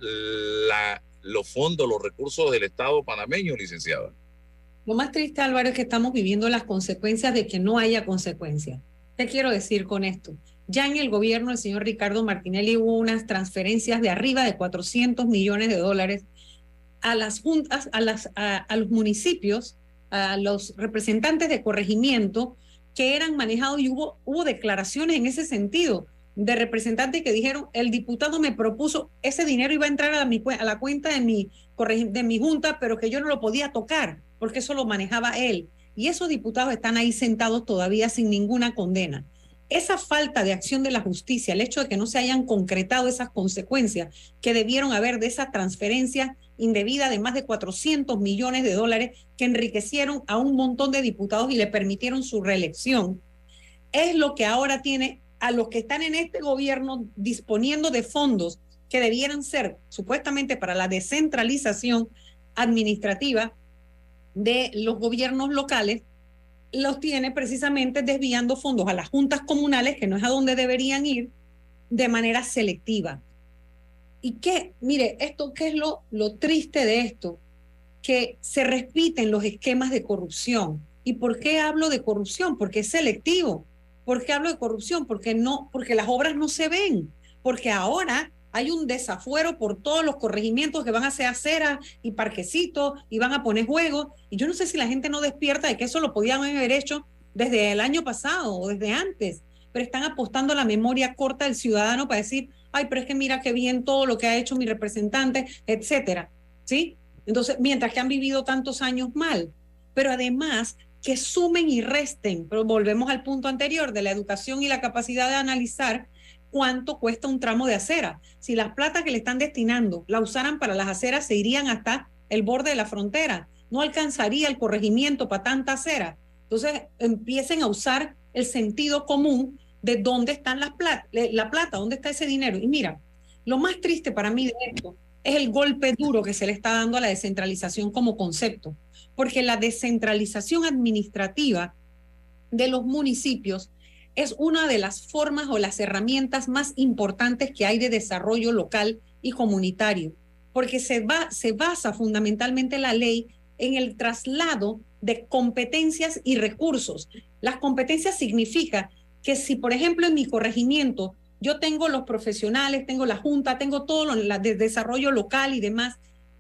los fondos, los recursos del Estado panameño, licenciada? Lo más triste, Álvaro, es que estamos viviendo las consecuencias de que no haya consecuencias. ¿Qué quiero decir con esto? Ya en el gobierno del señor Ricardo Martinelli hubo unas transferencias de arriba de 400 millones de dólares a las juntas, a los municipios, a los representantes de corregimiento que eran manejados, y hubo declaraciones en ese sentido de representantes que dijeron: el diputado me propuso, ese dinero iba a entrar a la cuenta de mi junta, pero que yo no lo podía tocar porque eso lo manejaba él. Y esos diputados están ahí sentados todavía sin ninguna condena. Esa falta de acción de la justicia, el hecho de que no se hayan concretado esas consecuencias que debieron haber de esa transferencia indebida de más de 400 millones de dólares que enriquecieron a un montón de diputados y le permitieron su reelección, es lo que ahora tiene a los que están en este gobierno disponiendo de fondos que debieran ser supuestamente para la descentralización administrativa de los gobiernos locales, los tiene precisamente desviando fondos a las juntas comunales, que no es a donde deberían ir, de manera selectiva. Y mire, ¿qué es lo triste de esto? Que se repiten los esquemas de corrupción. ¿Y por qué hablo de corrupción? Porque es selectivo. ¿Por qué hablo de corrupción? Porque las obras no se ven. Porque ahora hay un desafuero por todos los corregimientos que van a hacer aceras y parquecitos y van a poner juegos. Y yo no sé si la gente no despierta de que eso lo podían haber hecho desde el año pasado o desde antes, pero están apostando a la memoria corta del ciudadano para decir: ay, pero es que mira qué bien todo lo que ha hecho mi representante, etcétera, ¿sí? Entonces, mientras que han vivido tantos años mal, pero además que sumen y resten, pero volvemos al punto anterior de la educación y la capacidad de analizar cuánto cuesta un tramo de acera. Si las plata que le están destinando la usaran para las aceras, se irían hasta el borde de la frontera. No alcanzaría el corregimiento para tanta acera. Entonces, empiecen a usar el sentido común de dónde están la plata, dónde está ese dinero. Y mira, lo más triste para mí de esto es el golpe duro que se le está dando a la descentralización como concepto, porque la descentralización administrativa de los municipios es una de las formas o las herramientas más importantes que hay de desarrollo local y comunitario, porque se basa fundamentalmente la ley en el traslado de competencias y recursos. Las competencias significa que si, por ejemplo, en mi corregimiento yo tengo los profesionales, tengo la junta, tengo todo lo de desarrollo local y demás,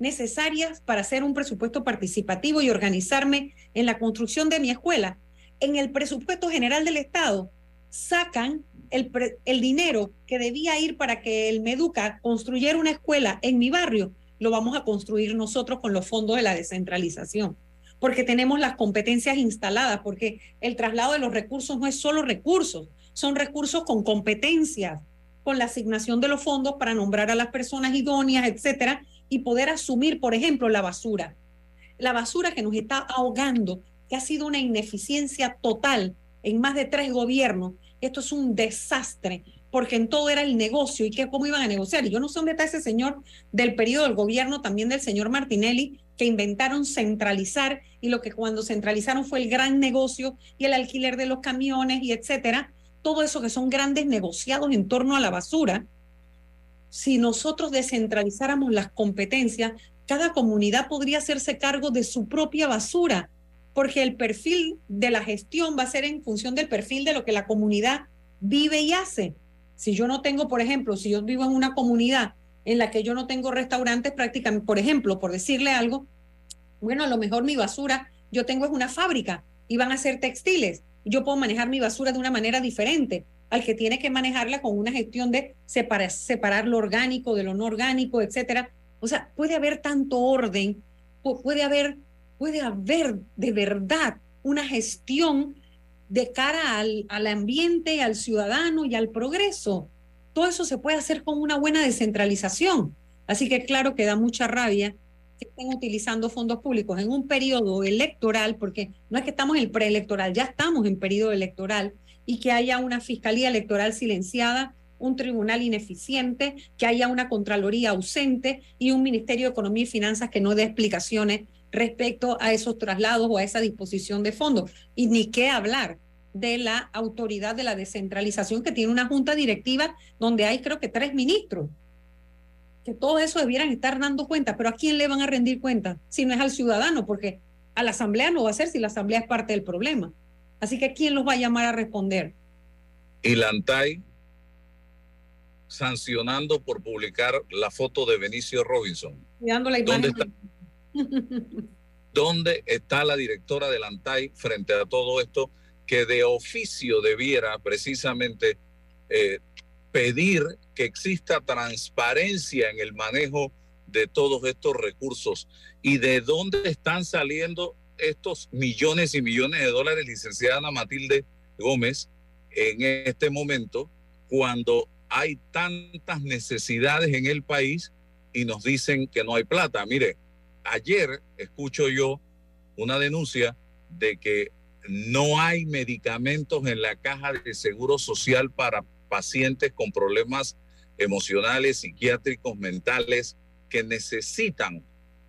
necesarias para hacer un presupuesto participativo y organizarme en la construcción de mi escuela. En el presupuesto general del Estado sacan el dinero que debía ir para que el Meduca construyera una escuela en mi barrio, lo vamos a construir nosotros con los fondos de la descentralización, porque tenemos las competencias instaladas, porque el traslado de los recursos no es solo recursos, son recursos con competencias, con la asignación de los fondos para nombrar a las personas idóneas, etcétera, y poder asumir, por ejemplo, la basura que nos está ahogando, que ha sido una ineficiencia total en más de 3 gobiernos. Esto es un desastre, porque en todo era el negocio y cómo iban a negociar. Y yo no sé dónde está ese señor del periodo del gobierno, también del señor Martinelli, que inventaron centralizar, y lo que cuando centralizaron fue el gran negocio y el alquiler de los camiones y etcétera. Todo eso que son grandes negociados en torno a la basura. Si nosotros descentralizáramos las competencias, cada comunidad podría hacerse cargo de su propia basura, porque el perfil de la gestión va a ser en función del perfil de lo que la comunidad vive y hace. Si yo no tengo, por ejemplo, si yo vivo en una comunidad en la que yo no tengo restaurantes prácticamente, por ejemplo, por decirle algo, bueno, a lo mejor mi basura, yo tengo es una fábrica y van a ser textiles. Yo puedo manejar mi basura de una manera diferente al que tiene que manejarla con una gestión de separar lo orgánico de lo no orgánico, etcétera. O sea, puede haber tanto orden, puede haber de verdad una gestión de cara al ambiente, al ciudadano y al progreso. Todo eso se puede hacer con una buena descentralización. Así que claro que da mucha rabia que estén utilizando fondos públicos en un periodo electoral, porque no es que estamos en el preelectoral, ya estamos en periodo electoral, y que haya una fiscalía electoral silenciada, un tribunal ineficiente, que haya una Contraloría ausente y un Ministerio de Economía y Finanzas que no dé explicaciones respecto a esos traslados o a esa disposición de fondos. Y ni qué hablar de la autoridad de la descentralización, que tiene una junta directiva donde hay creo que 3 ministros, que todo eso debieran estar dando cuenta. Pero ¿a quién le van a rendir cuenta? Si no es al ciudadano, porque a la asamblea no va a ser, si la asamblea es parte del problema. Así que ¿quién los va a llamar a responder? Y la ANTAI sancionando por publicar la foto de Benicio Robinson. Cuidando la imagen. ¿Dónde está la directora de la ANTAI frente a todo esto, que de oficio debiera precisamente pedir que exista transparencia en el manejo de todos estos recursos? ¿Y de dónde están saliendo estos millones y millones de dólares, licenciada Ana Matilde Gómez, en este momento, cuando hay tantas necesidades en el país y nos dicen que no hay plata? Mire, ayer escucho yo una denuncia de que no hay medicamentos en la caja de seguro social para pacientes con problemas emocionales, psiquiátricos, mentales, que necesitan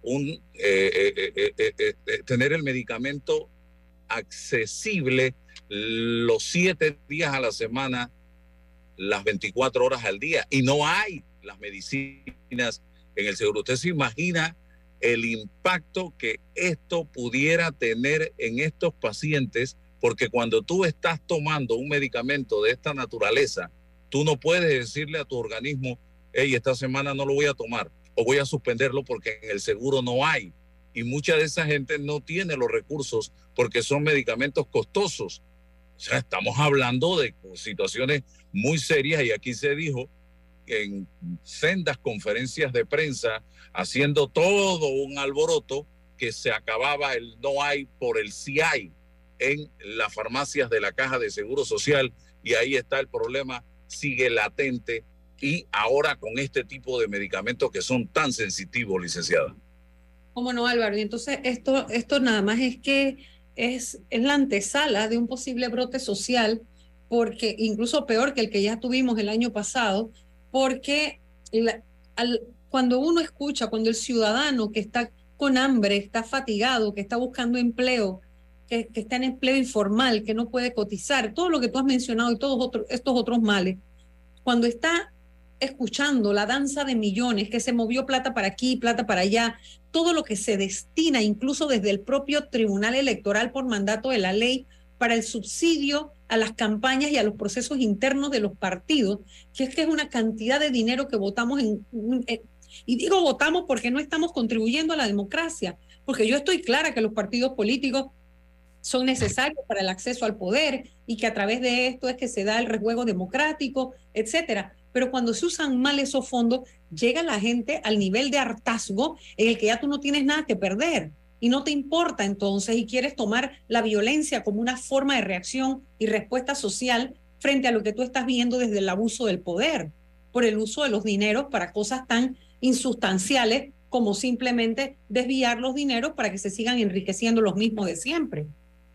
tener el medicamento accesible los 7 días a la semana, las 24 horas al día, y no hay las medicinas en el seguro. ¿Usted se imagina el impacto que esto pudiera tener en estos pacientes? Porque cuando tú estás tomando un medicamento de esta naturaleza, tú no puedes decirle a tu organismo, hey, esta semana no lo voy a tomar o voy a suspenderlo porque en el seguro no hay. Y mucha de esa gente no tiene los recursos porque son medicamentos costosos. O sea, estamos hablando de situaciones muy serias, y aquí se dijo en sendas conferencias de prensa, haciendo todo un alboroto, que se acababa el no hay por el sí hay en las farmacias de la Caja de Seguro Social, y ahí está el problema, sigue latente, y ahora con este tipo de medicamentos que son tan sensitivos, licenciada. ¿Cómo no, Álvaro? Y entonces esto nada más es que es la antesala de un posible brote social, porque incluso peor que el que ya tuvimos el año pasado, porque cuando uno escucha, cuando el ciudadano que está con hambre, está fatigado, que está buscando empleo, que está en empleo informal, que no puede cotizar, todo lo que tú has mencionado y todos estos otros males, cuando está escuchando la danza de millones, que se movió plata para aquí, plata para allá, todo lo que se destina, incluso desde el propio Tribunal Electoral por mandato de la ley, para el subsidio a las campañas y a los procesos internos de los partidos, que es una cantidad de dinero que votamos Y digo votamos porque no estamos contribuyendo a la democracia, porque yo estoy clara que los partidos políticos son necesarios para el acceso al poder y que a través de esto es que se da el rejuego democrático, etcétera. Pero cuando se usan mal esos fondos, llega la gente al nivel de hartazgo en el que ya tú no tienes nada que perder y no te importa entonces y quieres tomar la violencia como una forma de reacción y respuesta social frente a lo que tú estás viendo desde el abuso del poder, por el uso de los dineros para cosas tan insustanciales como simplemente desviar los dineros para que se sigan enriqueciendo los mismos de siempre.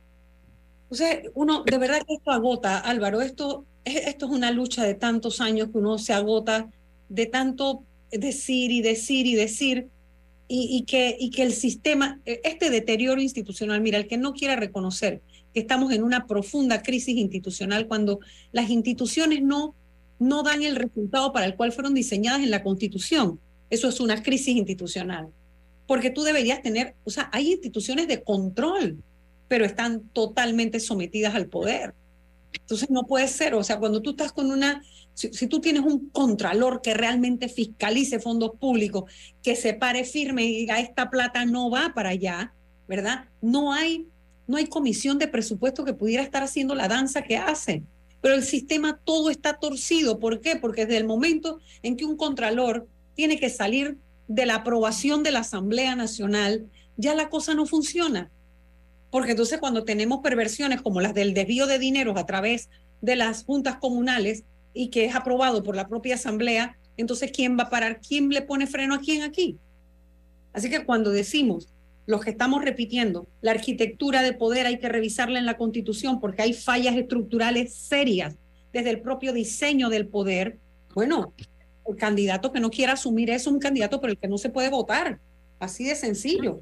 O sea, uno, de verdad que esto agota, Álvaro, esto es una lucha de tantos años que uno se agota de tanto decir y decir y decir y que el sistema, este deterioro institucional, mira, el que no quiera reconocer que estamos en una profunda crisis institucional cuando las instituciones no dan el resultado para el cual fueron diseñadas en la Constitución, eso es una crisis institucional. Porque tú deberías tener, o sea, hay instituciones de control, pero están totalmente sometidas al poder. Entonces no puede ser, o sea, cuando tú estás con si tú tienes un contralor que realmente fiscalice fondos públicos, que se pare firme y diga esta plata no va para allá, ¿verdad? No hay comisión de presupuesto que pudiera estar haciendo la danza que hace. Pero el sistema todo está torcido. ¿Por qué? Porque desde el momento en que un contralor tiene que salir de la aprobación de la Asamblea Nacional, ya la cosa no funciona. Porque entonces cuando tenemos perversiones como las del desvío de dineros a través de las juntas comunales y que es aprobado por la propia Asamblea, entonces ¿quién va a parar? ¿Quién le pone freno a quién aquí? Así que cuando decimos, los que estamos repitiendo, la arquitectura de poder hay que revisarla en la Constitución porque hay fallas estructurales serias desde el propio diseño del poder, bueno, el candidato que no quiera asumir eso es un candidato por el que no se puede votar. Así de sencillo.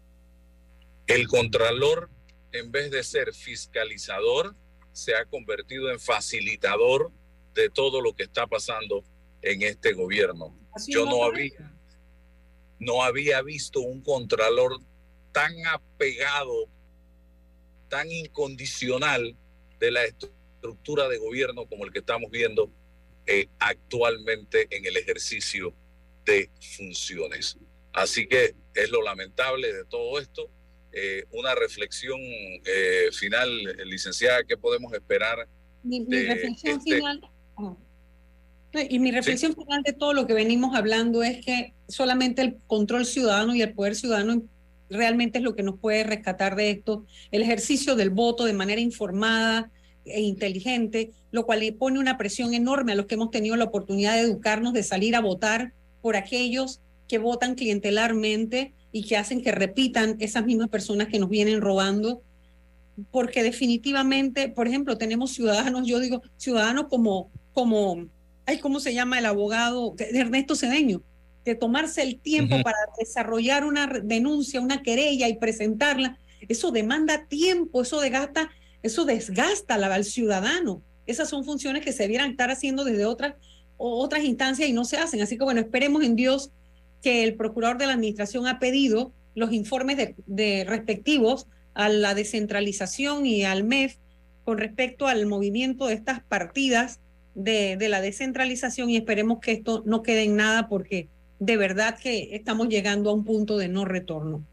El contralor, en vez de ser fiscalizador, se ha convertido en facilitador de todo lo que está pasando en este gobierno. Yo no había visto un contralor tan apegado, tan incondicional de la estructura de gobierno como el que estamos viendo actualmente en el ejercicio de funciones. Así que es lo lamentable de todo esto. Una reflexión final, licenciada, ¿qué podemos esperar? Mi reflexión final... Y mi reflexión final de todo lo que venimos hablando es que solamente el control ciudadano y el poder ciudadano realmente es lo que nos puede rescatar de esto. El ejercicio del voto de manera informada e inteligente, lo cual le pone una presión enorme a los que hemos tenido la oportunidad de educarnos, de salir a votar por aquellos que votan clientelarmente y que hacen que repitan esas mismas personas que nos vienen robando. Porque definitivamente, por ejemplo, tenemos ciudadanos, yo digo ciudadanos como ¿cómo se llama el abogado? Ernesto Cedeño, de tomarse el tiempo para desarrollar una denuncia, una querella y presentarla. Eso demanda tiempo, eso desgasta al ciudadano. Esas son funciones que se debieran estar haciendo desde otras instancias y no se hacen. Así que bueno, esperemos en Dios que el procurador de la administración ha pedido los informes de respectivos a la descentralización y al MEF con respecto al movimiento de estas partidas de la descentralización, y esperemos que esto no quede en nada porque de verdad que estamos llegando a un punto de no retorno.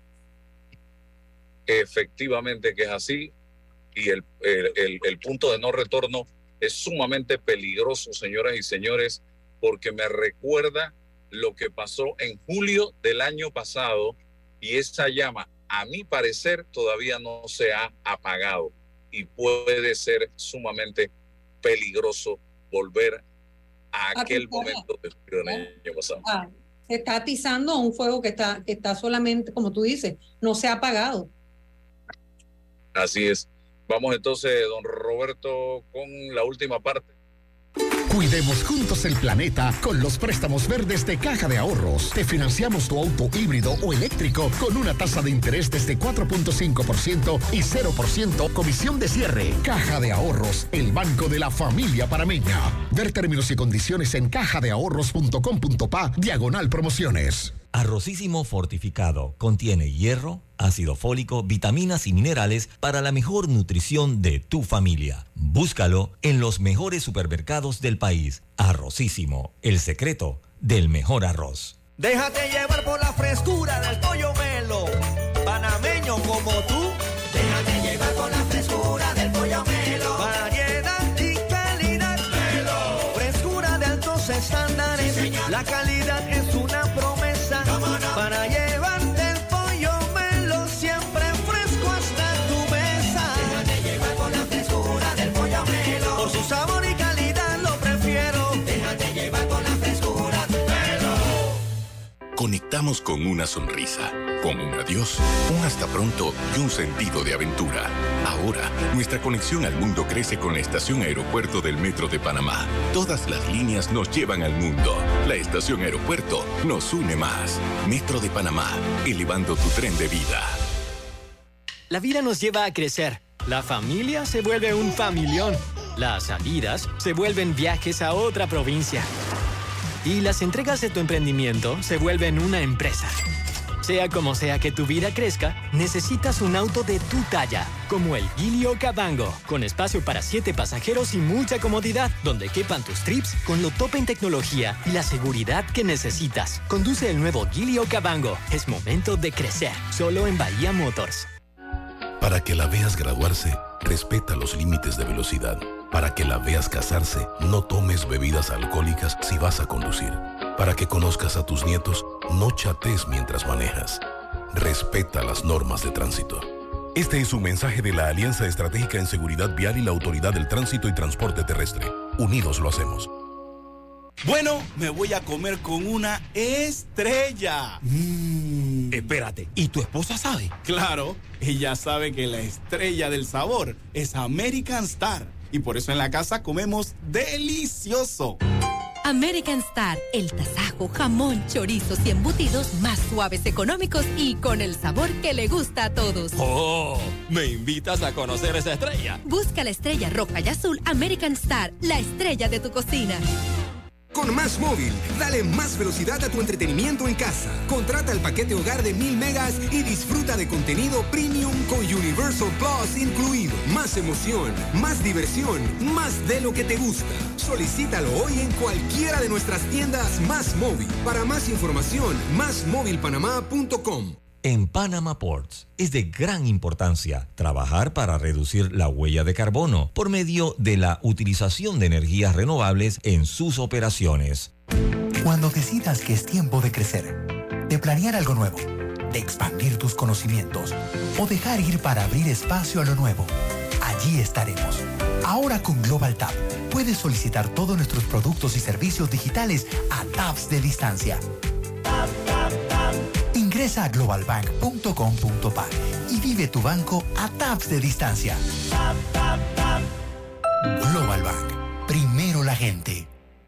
Efectivamente que es así, y el punto de no retorno es sumamente peligroso, señoras y señores, porque me recuerda lo que pasó en julio del año pasado, y esa llama, a mi parecer, todavía no se ha apagado y puede ser sumamente peligroso volver a aquel momento del año pasado. Se está atizando un fuego que está solamente, como tú dices, no se ha apagado. Así es. Vamos entonces, don Roberto, con la última parte. Cuidemos juntos el planeta con los préstamos verdes de Caja de Ahorros. Te financiamos tu auto híbrido o eléctrico con una tasa de interés desde 4.5% y 0% comisión de cierre. Caja de Ahorros, el banco de la familia panameña. Ver términos y condiciones en cajadeahorros.com.pa/promociones. Arrocísimo fortificado contiene hierro, ácido fólico, vitaminas y minerales para la mejor nutrición de tu familia. Búscalo en los mejores supermercados del país. Arrocísimo, el secreto del mejor arroz. Déjate llevar por la frescura del pollo Melo, panameño como tú. Déjate llevar por la frescura del pollo Melo. Variedad y calidad. Melo. Frescura de altos estándares. Sí, la calidad es una promesa. No. Para llevarte el pollo Melo siempre fresco hasta tu mesa. Déjate llevar por la frescura del pollo Melo. Por su sabor y calidad lo prefiero. Déjate llevar por la frescura del Melo. Conectamos con una sonrisa, con un adiós, un hasta pronto y un sentido de aventura. Ahora, nuestra conexión al mundo crece con la estación aeropuerto del Metro de Panamá. Todas las líneas nos llevan al mundo. La estación aeropuerto nos une más. Metro de Panamá, elevando tu tren de vida. La vida nos lleva a crecer. La familia se vuelve un familión. Las salidas se vuelven viajes a otra provincia. Y las entregas de tu emprendimiento se vuelven una empresa. Sea como sea que tu vida crezca, necesitas un auto de tu talla, como el Gilio Cabango, con espacio para 7 pasajeros y mucha comodidad, donde quepan tus trips con lo top en tecnología y la seguridad que necesitas. Conduce el nuevo Gilio Cabango. Es momento de crecer, solo en Bahía Motors. Para que la veas graduarse, respeta los límites de velocidad. Para que la veas casarse, no tomes bebidas alcohólicas si vas a conducir. Para que conozcas a tus nietos, no chatees mientras manejas. Respeta las normas de tránsito. Este es un mensaje de la Alianza Estratégica en Seguridad Vial y la Autoridad del Tránsito y Transporte Terrestre. Unidos lo hacemos. Bueno, me voy a comer con una estrella. Espérate, ¿y tu esposa sabe? Claro, ella sabe que la estrella del sabor es American Star. Y por eso en la casa comemos delicioso. American Star, el tasajo, jamón, chorizos y embutidos más suaves, económicos y con el sabor que le gusta a todos. ¡Oh! ¿Me invitas a conocer esa estrella? Busca la estrella roja y azul American Star, la estrella de tu cocina. Con Más Móvil, dale más velocidad a tu entretenimiento en casa. Contrata el paquete hogar de 1000 megas y disfruta de contenido premium con Universal Plus incluido. Más emoción, más diversión, más de lo que te gusta. Solicítalo hoy en cualquiera de nuestras tiendas Más Móvil. Para más información, másmóvilpanamá.com. En Panama Ports es de gran importancia trabajar para reducir la huella de carbono por medio de la utilización de energías renovables en sus operaciones. Cuando decidas que es tiempo de crecer, de planear algo nuevo, de expandir tus conocimientos o dejar ir para abrir espacio a lo nuevo, allí estaremos. Ahora con Global Tap puedes solicitar todos nuestros productos y servicios digitales a taps de distancia. Ingresa a globalbank.com.pa y vive tu banco a taps de distancia. Global Bank. Primero la gente.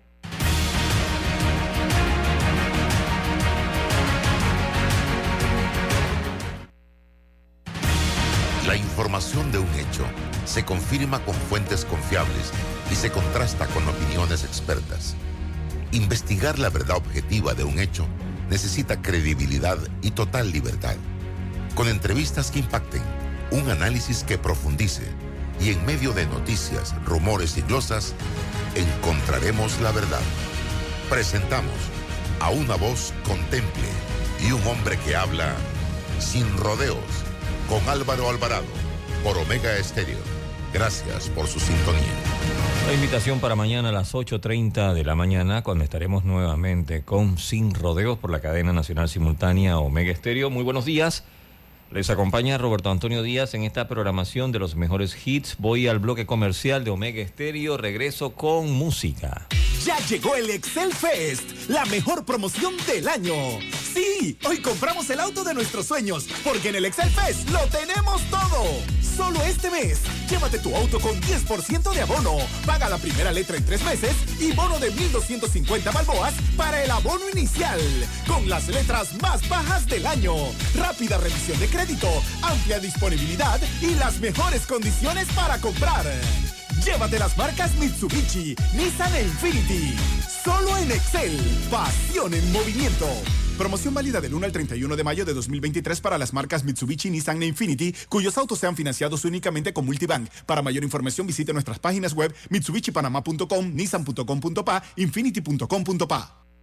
La información de un hecho se confirma con fuentes confiables y se contrasta con opiniones expertas. Investigar la verdad objetiva de un hecho necesita credibilidad y total libertad. Con entrevistas que impacten, un análisis que profundice y en medio de noticias, rumores y glosas, encontraremos la verdad. Presentamos a una voz contemple y un hombre que habla sin rodeos, con Álvaro Alvarado, por Omega Estéreo. Gracias por su sintonía. La invitación para mañana a las 8:30 de la mañana, cuando estaremos nuevamente con Sin Rodeos por la cadena nacional simultánea Omega Estéreo. Muy buenos días. Les acompaña Roberto Antonio Díaz en esta programación de los mejores hits. Voy al bloque comercial de Omega Estéreo. Regreso con música. Ya llegó el Excel Fest, la mejor promoción del año. Sí, hoy compramos el auto de nuestros sueños, porque en el Excel Fest lo tenemos todo. Solo este mes, llévate tu auto con 10% de abono. Paga la primera letra en 3 meses y bono de 1,250 balboas para el abono inicial. Con las letras más bajas del año. Rápida revisión de crédito, amplia disponibilidad y las mejores condiciones para comprar. Llévate las marcas Mitsubishi, Nissan e Infiniti. Solo en Excel. Pasión en movimiento. Promoción válida del 1 al 31 de mayo de 2023 para las marcas Mitsubishi, Nissan e Infiniti, cuyos autos sean financiados únicamente con Multibank. Para mayor información visite nuestras páginas web mitsubishipanama.com, nissan.com.pa, infiniti.com.pa.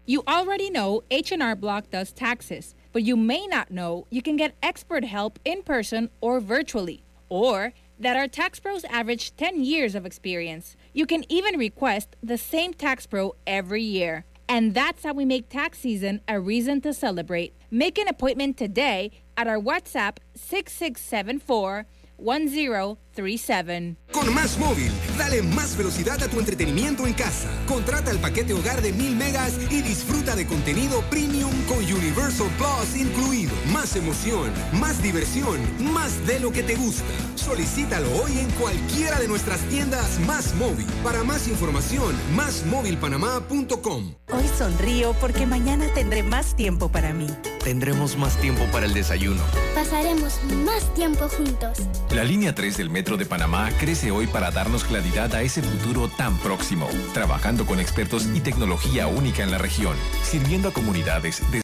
You already know H&R Block does taxes, but you may not know you can get expert help in person or virtually, or that our tax pros average 10 years of experience. You can even request the same tax pro every year. And that's how we make tax season a reason to celebrate. Make an appointment today at our WhatsApp 6674-1037. Con Más Móvil, dale más velocidad a tu entretenimiento en casa. Contrata el paquete hogar de 1000 megas y disfruta de contenido premium con Universal Plus incluido. Más emoción, más diversión, más de lo que te gusta. Solicítalo hoy en cualquiera de nuestras tiendas Más Móvil. Para más información, másmóvilpanamá.com. Hoy sonrío porque mañana tendré más tiempo para mí. Tendremos más tiempo para el desayuno. Pasaremos más tiempo juntos. La línea 3 del Metro de Panamá crece hoy para darnos claridad a ese futuro tan próximo, trabajando con expertos y tecnología única en la región, sirviendo a comunidades